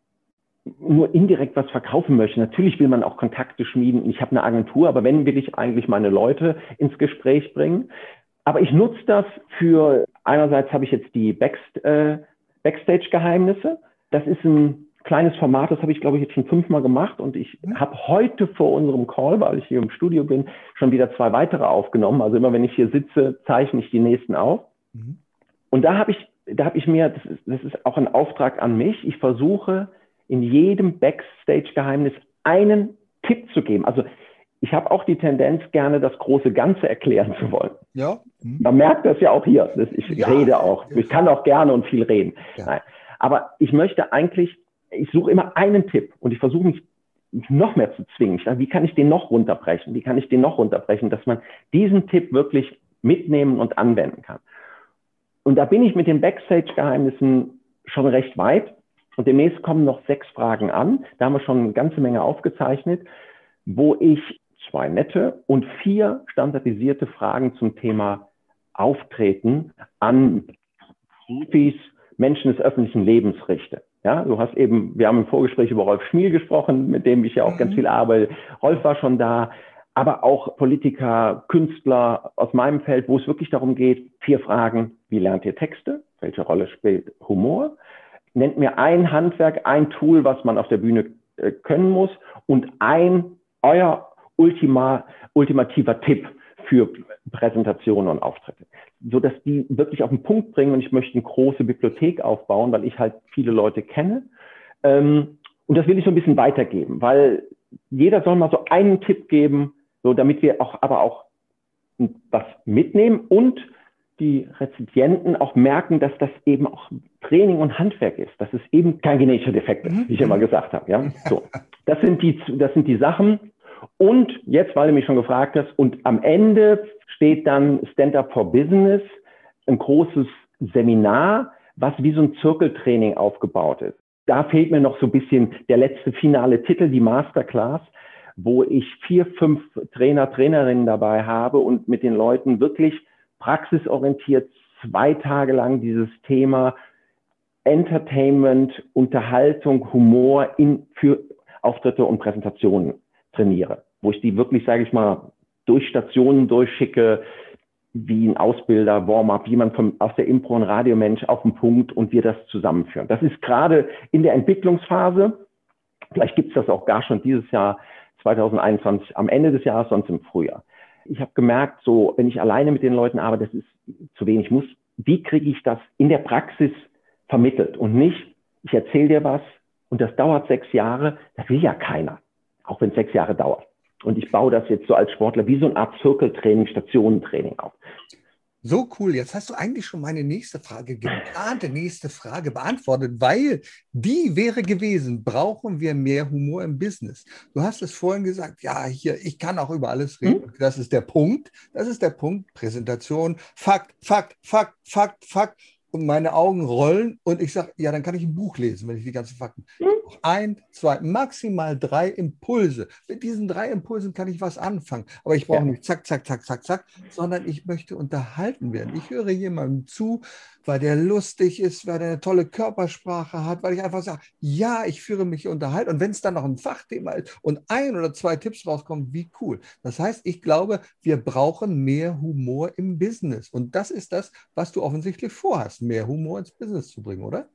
C: nur indirekt was verkaufen möchte. Natürlich will man auch Kontakte schmieden. Ich habe eine Agentur, aber wenn will ich eigentlich meine Leute ins Gespräch bringen. Aber ich nutze das für, einerseits habe ich jetzt die Backst- äh, Backstage-Geheimnisse. Das ist ein kleines Format, das habe ich, glaube ich, jetzt schon fünfmal gemacht. Und ich mhm. habe heute vor unserem Call, weil ich hier im Studio bin, schon wieder zwei weitere aufgenommen. Also immer, wenn ich hier sitze, zeichne ich die nächsten auf. Mhm. Und da habe ich, da habe ich mir, das ist, das ist auch ein Auftrag an mich, ich versuche in jedem Backstage-Geheimnis einen Tipp zu geben. Also ich habe auch die Tendenz, gerne das große Ganze erklären zu wollen.
A: Ja. Mhm.
C: Man merkt das ja auch hier. Ich
A: ja.
C: rede auch. Ich kann auch gerne und viel reden.
A: Ja.
C: Nein. Aber ich möchte eigentlich, ich suche immer einen Tipp und ich versuche mich noch mehr zu zwingen. Ich sage, wie kann ich den noch runterbrechen? Wie kann ich den noch runterbrechen, dass man diesen Tipp wirklich mitnehmen und anwenden kann? Und da bin ich mit den Backstage-Geheimnissen schon recht weit. Und demnächst kommen noch sechs Fragen an. Da haben wir schon eine ganze Menge aufgezeichnet, wo ich zwei nette und vier standardisierte Fragen zum Thema Auftreten an Profis, Menschen des öffentlichen Lebens richte. Ja, du hast eben, wir haben im Vorgespräch über Rolf Schmiel gesprochen, mit dem ich ja auch mhm. ganz viel arbeite. Rolf war schon da, aber auch Politiker, Künstler aus meinem Feld, wo es wirklich darum geht, vier Fragen. Wie lernt ihr Texte? Welche Rolle spielt Humor? Nennt mir ein Handwerk, ein Tool, was man auf der Bühne äh, können muss und ein, euer Ultima, ultimativer Tipp für Präsentationen und Auftritte, so dass die wirklich auf den Punkt bringen. Und ich möchte eine große Bibliothek aufbauen, weil ich halt viele Leute kenne. Ähm, und das will ich so ein bisschen weitergeben, weil jeder soll mal so einen Tipp geben, so damit wir auch, aber auch was mitnehmen und die Rezipienten auch merken, dass das eben auch Training und Handwerk ist, dass es eben kein genetischer Defekt ist, wie ich immer gesagt habe. Ja? So, das sind die, das sind die Sachen. Und jetzt, weil du mich schon gefragt hast, und am Ende steht dann Stand-up for Business, ein großes Seminar, was wie so ein Zirkeltraining aufgebaut ist. Da fehlt mir noch so ein bisschen der letzte finale Titel, die Masterclass, wo ich vier, fünf Trainer, Trainerinnen dabei habe und mit den Leuten wirklich praxisorientiert zwei Tage lang dieses Thema Entertainment, Unterhaltung, Humor in, für Auftritte und Präsentationen trainiere, wo ich die wirklich, sage ich mal, durch Stationen durchschicke, wie ein Ausbilder, Warm-up, wie man vom, aus der Impro und Radiomensch auf den Punkt und wir das zusammenführen. Das ist gerade in der Entwicklungsphase. Vielleicht gibt es das auch gar schon dieses Jahr, zwanzig einundzwanzig, am Ende des Jahres, sonst im Frühjahr. Ich habe gemerkt, so, wenn ich alleine mit den Leuten arbeite, das ist zu wenig. Ich muss, wie kriege ich das in der Praxis vermittelt und nicht, ich erzähle dir was und das dauert sechs Jahre, das will ja keiner, auch wenn es sechs Jahre dauert. Und ich baue das jetzt so als Sportler wie so eine Art Zirkeltraining, Stationentraining auf.
A: So cool. Jetzt hast du eigentlich schon meine nächste Frage, geplante nächste Frage beantwortet, weil die wäre gewesen, brauchen wir mehr Humor im Business? Du hast es vorhin gesagt, ja, hier, ich kann auch über alles reden. Hm? Das ist der Punkt. Das ist der Punkt. Präsentation, Fakt, Fakt, Fakt, Fakt, Fakt. Und meine Augen rollen und ich sage, ja, dann kann ich ein Buch lesen, wenn ich die ganzen Fakten. Hm? Ein, zwei, maximal drei Impulse. Mit diesen drei Impulsen kann ich was anfangen. Aber ich brauche ja. nicht zack, zack, zack, zack, zack, sondern ich möchte unterhalten werden. Ich höre jemandem zu, weil der lustig ist, weil der eine tolle Körpersprache hat, weil ich einfach sage, ja, ich führe mich unterhalten. Und wenn es dann noch ein Fachthema ist und ein oder zwei Tipps rauskommen, wie cool. Das heißt, ich glaube, wir brauchen mehr Humor im Business. Und das ist das, was du offensichtlich vorhast, mehr Humor ins Business zu bringen, oder?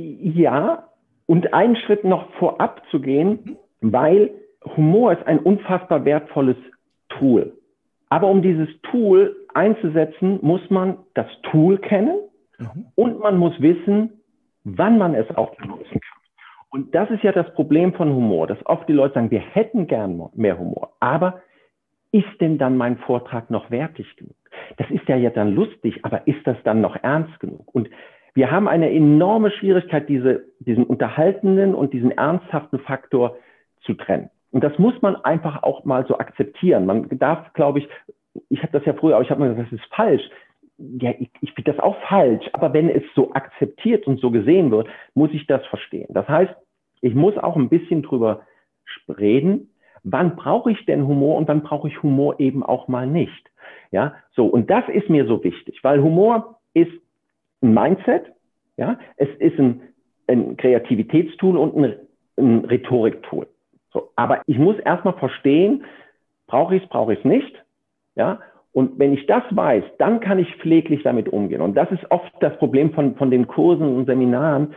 C: Ja, und einen Schritt noch vorab zu gehen, weil Humor ist ein unfassbar wertvolles Tool. Aber um dieses Tool einzusetzen, muss man das Tool kennen mhm. und man muss wissen, wann man es auch benutzen kann. Und das ist ja das Problem von Humor, dass oft die Leute sagen, wir hätten gern mehr Humor, aber ist denn dann mein Vortrag noch wertig genug? Das ist ja jetzt dann lustig, aber ist das dann noch ernst genug? Und wir haben eine enorme Schwierigkeit, diese, diesen unterhaltenden und diesen ernsthaften Faktor zu trennen. Und das muss man einfach auch mal so akzeptieren. Man darf, glaube ich, ich habe das ja früher, aber ich habe mir gesagt, das ist falsch. Ja, ich, ich finde das auch falsch. Aber wenn es so akzeptiert und so gesehen wird, muss ich das verstehen. Das heißt, ich muss auch ein bisschen drüber reden, wann brauche ich denn Humor und wann brauche ich Humor eben auch mal nicht. Ja, so. Und das ist mir so wichtig, weil Humor ist ein Mindset, ja, es ist ein, ein Kreativitätstool und ein, ein Rhetoriktool. So, aber ich muss erstmal verstehen, brauche ich es, brauche ich es nicht, ja. Und wenn ich das weiß, dann kann ich pfleglich damit umgehen. Und das ist oft das Problem von, von den Kursen und Seminaren.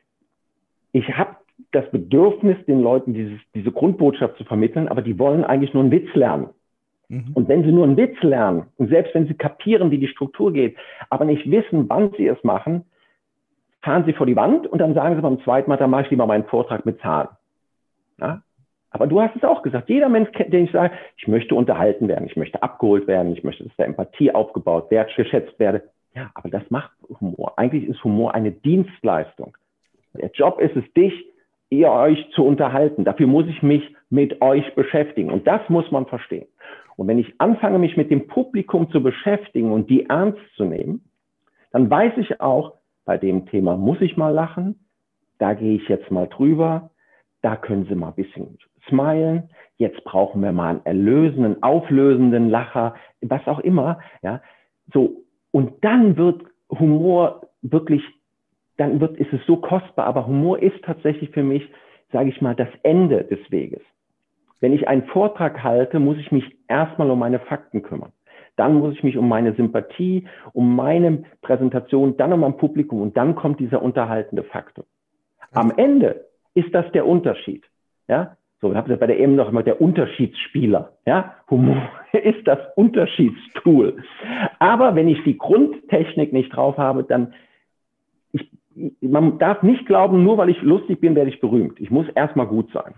C: Ich habe das Bedürfnis, den Leuten dieses, diese Grundbotschaft zu vermitteln, aber die wollen eigentlich nur einen Witz lernen. Und wenn sie nur einen Witz lernen und selbst wenn sie kapieren, wie die Struktur geht, aber nicht wissen, wann sie es machen, fahren sie vor die Wand und dann sagen sie beim zweiten Mal, dann mache ich lieber meinen Vortrag mit Zahlen. Ja? Aber du hast es auch gesagt, jeder Mensch, den ich sage, ich möchte unterhalten werden, ich möchte abgeholt werden, ich möchte, dass da Empathie aufgebaut, wertgeschätzt werde. Ja, aber das macht Humor. Eigentlich ist Humor eine Dienstleistung. Der Job ist es, dich, ihr euch zu unterhalten. Dafür muss ich mich mit euch beschäftigen und das muss man verstehen. Und wenn ich anfange, mich mit dem Publikum zu beschäftigen und die ernst zu nehmen, dann weiß ich auch, bei dem Thema muss ich mal lachen, da gehe ich jetzt mal drüber, da können Sie mal ein bisschen smilen, jetzt brauchen wir mal einen erlösenden, auflösenden Lacher, was auch immer. Ja, so. Und dann wird Humor wirklich, dann wird, ist es so kostbar, aber Humor ist tatsächlich für mich, sage ich mal, das Ende des Weges. Wenn ich einen Vortrag halte, muss ich mich erstmal um meine Fakten kümmern. Dann muss ich mich um meine Sympathie, um meine Präsentation, dann um mein Publikum und dann kommt dieser unterhaltende Faktor. Am Ende ist das der Unterschied. Ja, so, ich habe bei der eben noch immer der Unterschiedsspieler. Ja, Humor ist das Unterschiedstool. Aber wenn ich die Grundtechnik nicht drauf habe, dann, ich, man darf nicht glauben, nur weil ich lustig bin, werde ich berühmt. Ich muss erstmal gut sein.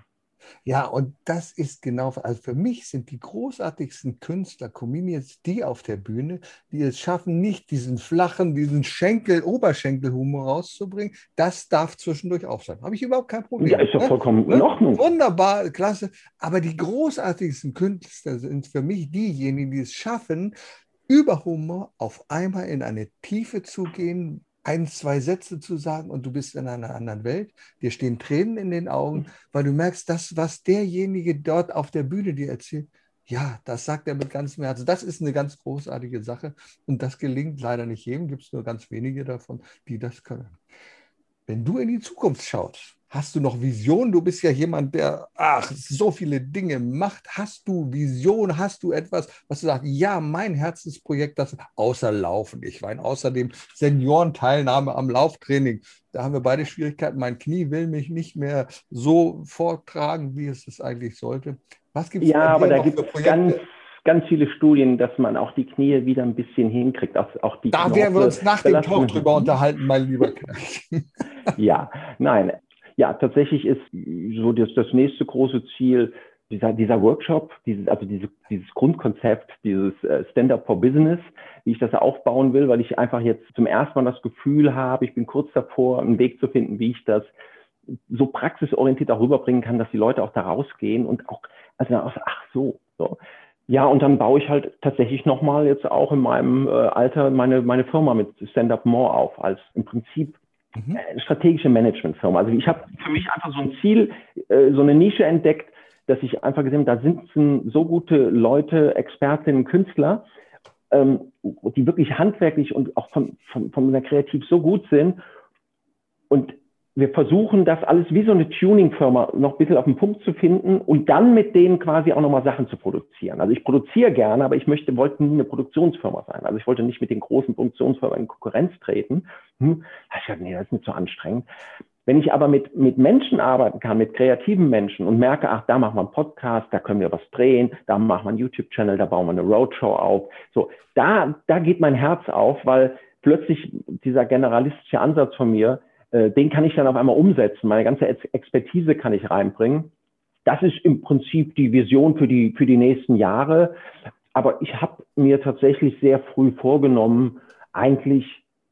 A: Ja, und das ist genau, also für mich sind die großartigsten Künstler, Comedians, die auf der Bühne, die es schaffen, nicht diesen flachen, diesen Schenkel, Oberschenkelhumor rauszubringen. Das darf zwischendurch auch sein. Habe ich überhaupt kein Problem.
C: Ja, ist doch vollkommen in Ordnung.
A: Wunderbar, klasse. Aber die großartigsten Künstler sind für mich diejenigen, die es schaffen, über Humor auf einmal in eine Tiefe zu gehen, ein, zwei Sätze zu sagen und du bist in einer anderen Welt. Dir stehen Tränen in den Augen, weil du merkst, das, was derjenige dort auf der Bühne dir erzählt, ja, das sagt er mit ganzem Herzen. Das ist eine ganz großartige Sache und das gelingt leider nicht jedem. Gibt es nur ganz wenige davon, die das können. Wenn du in die Zukunft schaust, hast du noch Vision? Du bist ja jemand, der ach, so viele Dinge macht. Hast du Vision? Hast du etwas, was du sagst, ja, mein Herzensprojekt, das außer Laufen. Ich meine, außerdem Seniorenteilnahme am Lauftraining. Da haben wir beide Schwierigkeiten. Mein Knie will mich nicht mehr so vortragen, wie es es eigentlich sollte. Was gibt es
C: ja, aber da gibt es ganz, ganz viele Studien, dass man auch die Knie wieder ein bisschen hinkriegt. Auch, auch die
A: da werden wir uns nach dem Talk drüber unterhalten, mein lieber Knecht.
C: Ja, nein. Ja, tatsächlich ist so das, das nächste große Ziel dieser, dieser Workshop, dieses, also diese, dieses Grundkonzept, dieses Stand-up for Business, wie ich das aufbauen will, weil ich einfach jetzt zum ersten Mal das Gefühl habe, ich bin kurz davor, einen Weg zu finden, wie ich das so praxisorientiert auch rüberbringen kann, dass die Leute auch da rausgehen und auch, also ach so, so. Ja, und dann baue ich halt tatsächlich nochmal jetzt auch in meinem äh, Alter meine, meine Firma mit Stand-up More auf, als im Prinzip Mhm. strategische Managementfirma. Also ich habe für mich einfach so ein Ziel, äh, so eine Nische entdeckt, dass ich einfach gesehen habe, da sind so gute Leute, Expertinnen, Künstler, ähm, die wirklich handwerklich und auch von, von, von der Kreativ so gut sind. Und wir versuchen, das alles wie so eine Tuning-Firma noch ein bisschen auf den Punkt zu finden und dann mit denen quasi auch nochmal Sachen zu produzieren. Also ich produziere gerne, aber ich möchte, wollte nie eine Produktionsfirma sein. Also ich wollte nicht mit den großen Produktionsfirmen in Konkurrenz treten. Hm, ich dachte, nee, das ist mir zu anstrengend. Wenn ich aber mit, mit Menschen arbeiten kann, mit kreativen Menschen und merke, ach, da machen wir einen Podcast, da können wir was drehen, da machen wir einen YouTube-Channel, da bauen wir eine Roadshow auf. So, da, da geht mein Herz auf, weil plötzlich dieser generalistische Ansatz von mir, den kann ich dann auf einmal umsetzen. Meine ganze Expertise kann ich reinbringen. Das ist im Prinzip die Vision für die, für die nächsten Jahre. Aber ich habe mir tatsächlich sehr früh vorgenommen, eigentlich,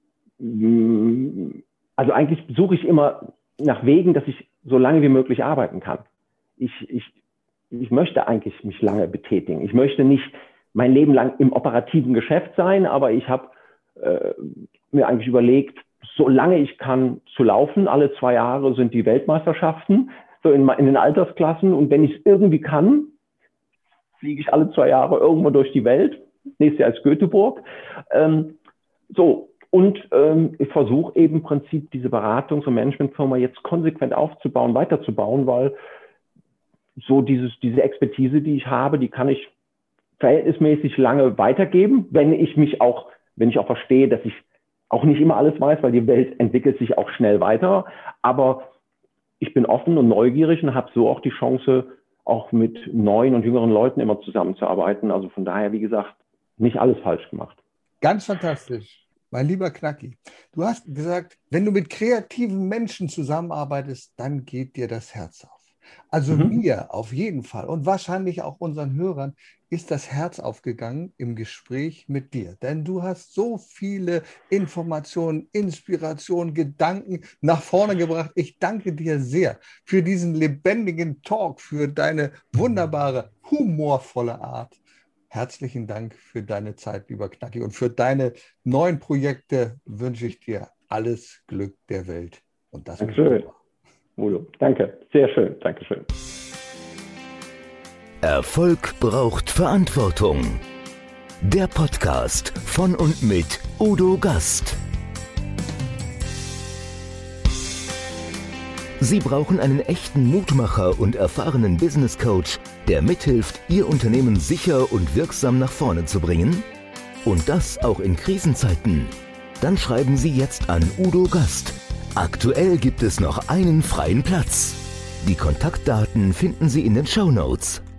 C: also eigentlich suche ich immer nach Wegen, dass ich so lange wie möglich arbeiten kann. Ich, ich, ich möchte eigentlich mich lange betätigen. Ich möchte nicht mein Leben lang im operativen Geschäft sein, aber ich habe äh, mir eigentlich überlegt, solange ich kann, zu laufen. Alle zwei Jahre sind die Weltmeisterschaften, so in, in den Altersklassen. Und wenn ich es irgendwie kann, fliege ich alle zwei Jahre irgendwo durch die Welt. Nächstes Jahr ist Göteborg. Ähm, so, und ähm, ich versuche eben im Prinzip diese Beratungs- und Managementfirma jetzt konsequent aufzubauen, weiterzubauen, weil so dieses, diese Expertise, die ich habe, die kann ich verhältnismäßig lange weitergeben, wenn ich mich auch, wenn ich auch verstehe, dass ich auch nicht immer alles weiß, weil die Welt entwickelt sich auch schnell weiter. Aber ich bin offen und neugierig und habe so auch die Chance, auch mit neuen und jüngeren Leuten immer zusammenzuarbeiten. Also von daher, wie gesagt, nicht alles falsch gemacht.
A: Ganz fantastisch. Mein lieber Knacki, du hast gesagt, wenn du mit kreativen Menschen zusammenarbeitest, dann geht dir das Herz auf. Also mhm. mir auf jeden Fall und wahrscheinlich auch unseren Hörern ist das Herz aufgegangen im Gespräch mit dir. Denn du hast so viele Informationen, Inspirationen, Gedanken nach vorne gebracht. Ich danke dir sehr für diesen lebendigen Talk, für deine wunderbare, humorvolle Art. Herzlichen Dank für deine Zeit, lieber Knacki. Und für deine neuen Projekte wünsche ich dir alles Glück der Welt. Und das ist
C: schön. Udo, danke. Sehr schön. Dankeschön.
B: Erfolg braucht Verantwortung. Der Podcast von und mit Udo Gast. Sie brauchen einen echten Mutmacher und erfahrenen Business Coach, der mithilft, Ihr Unternehmen sicher und wirksam nach vorne zu bringen? Und das auch in Krisenzeiten? Dann schreiben Sie jetzt an Udo Gast. Aktuell gibt es noch einen freien Platz. Die Kontaktdaten finden Sie in den Shownotes.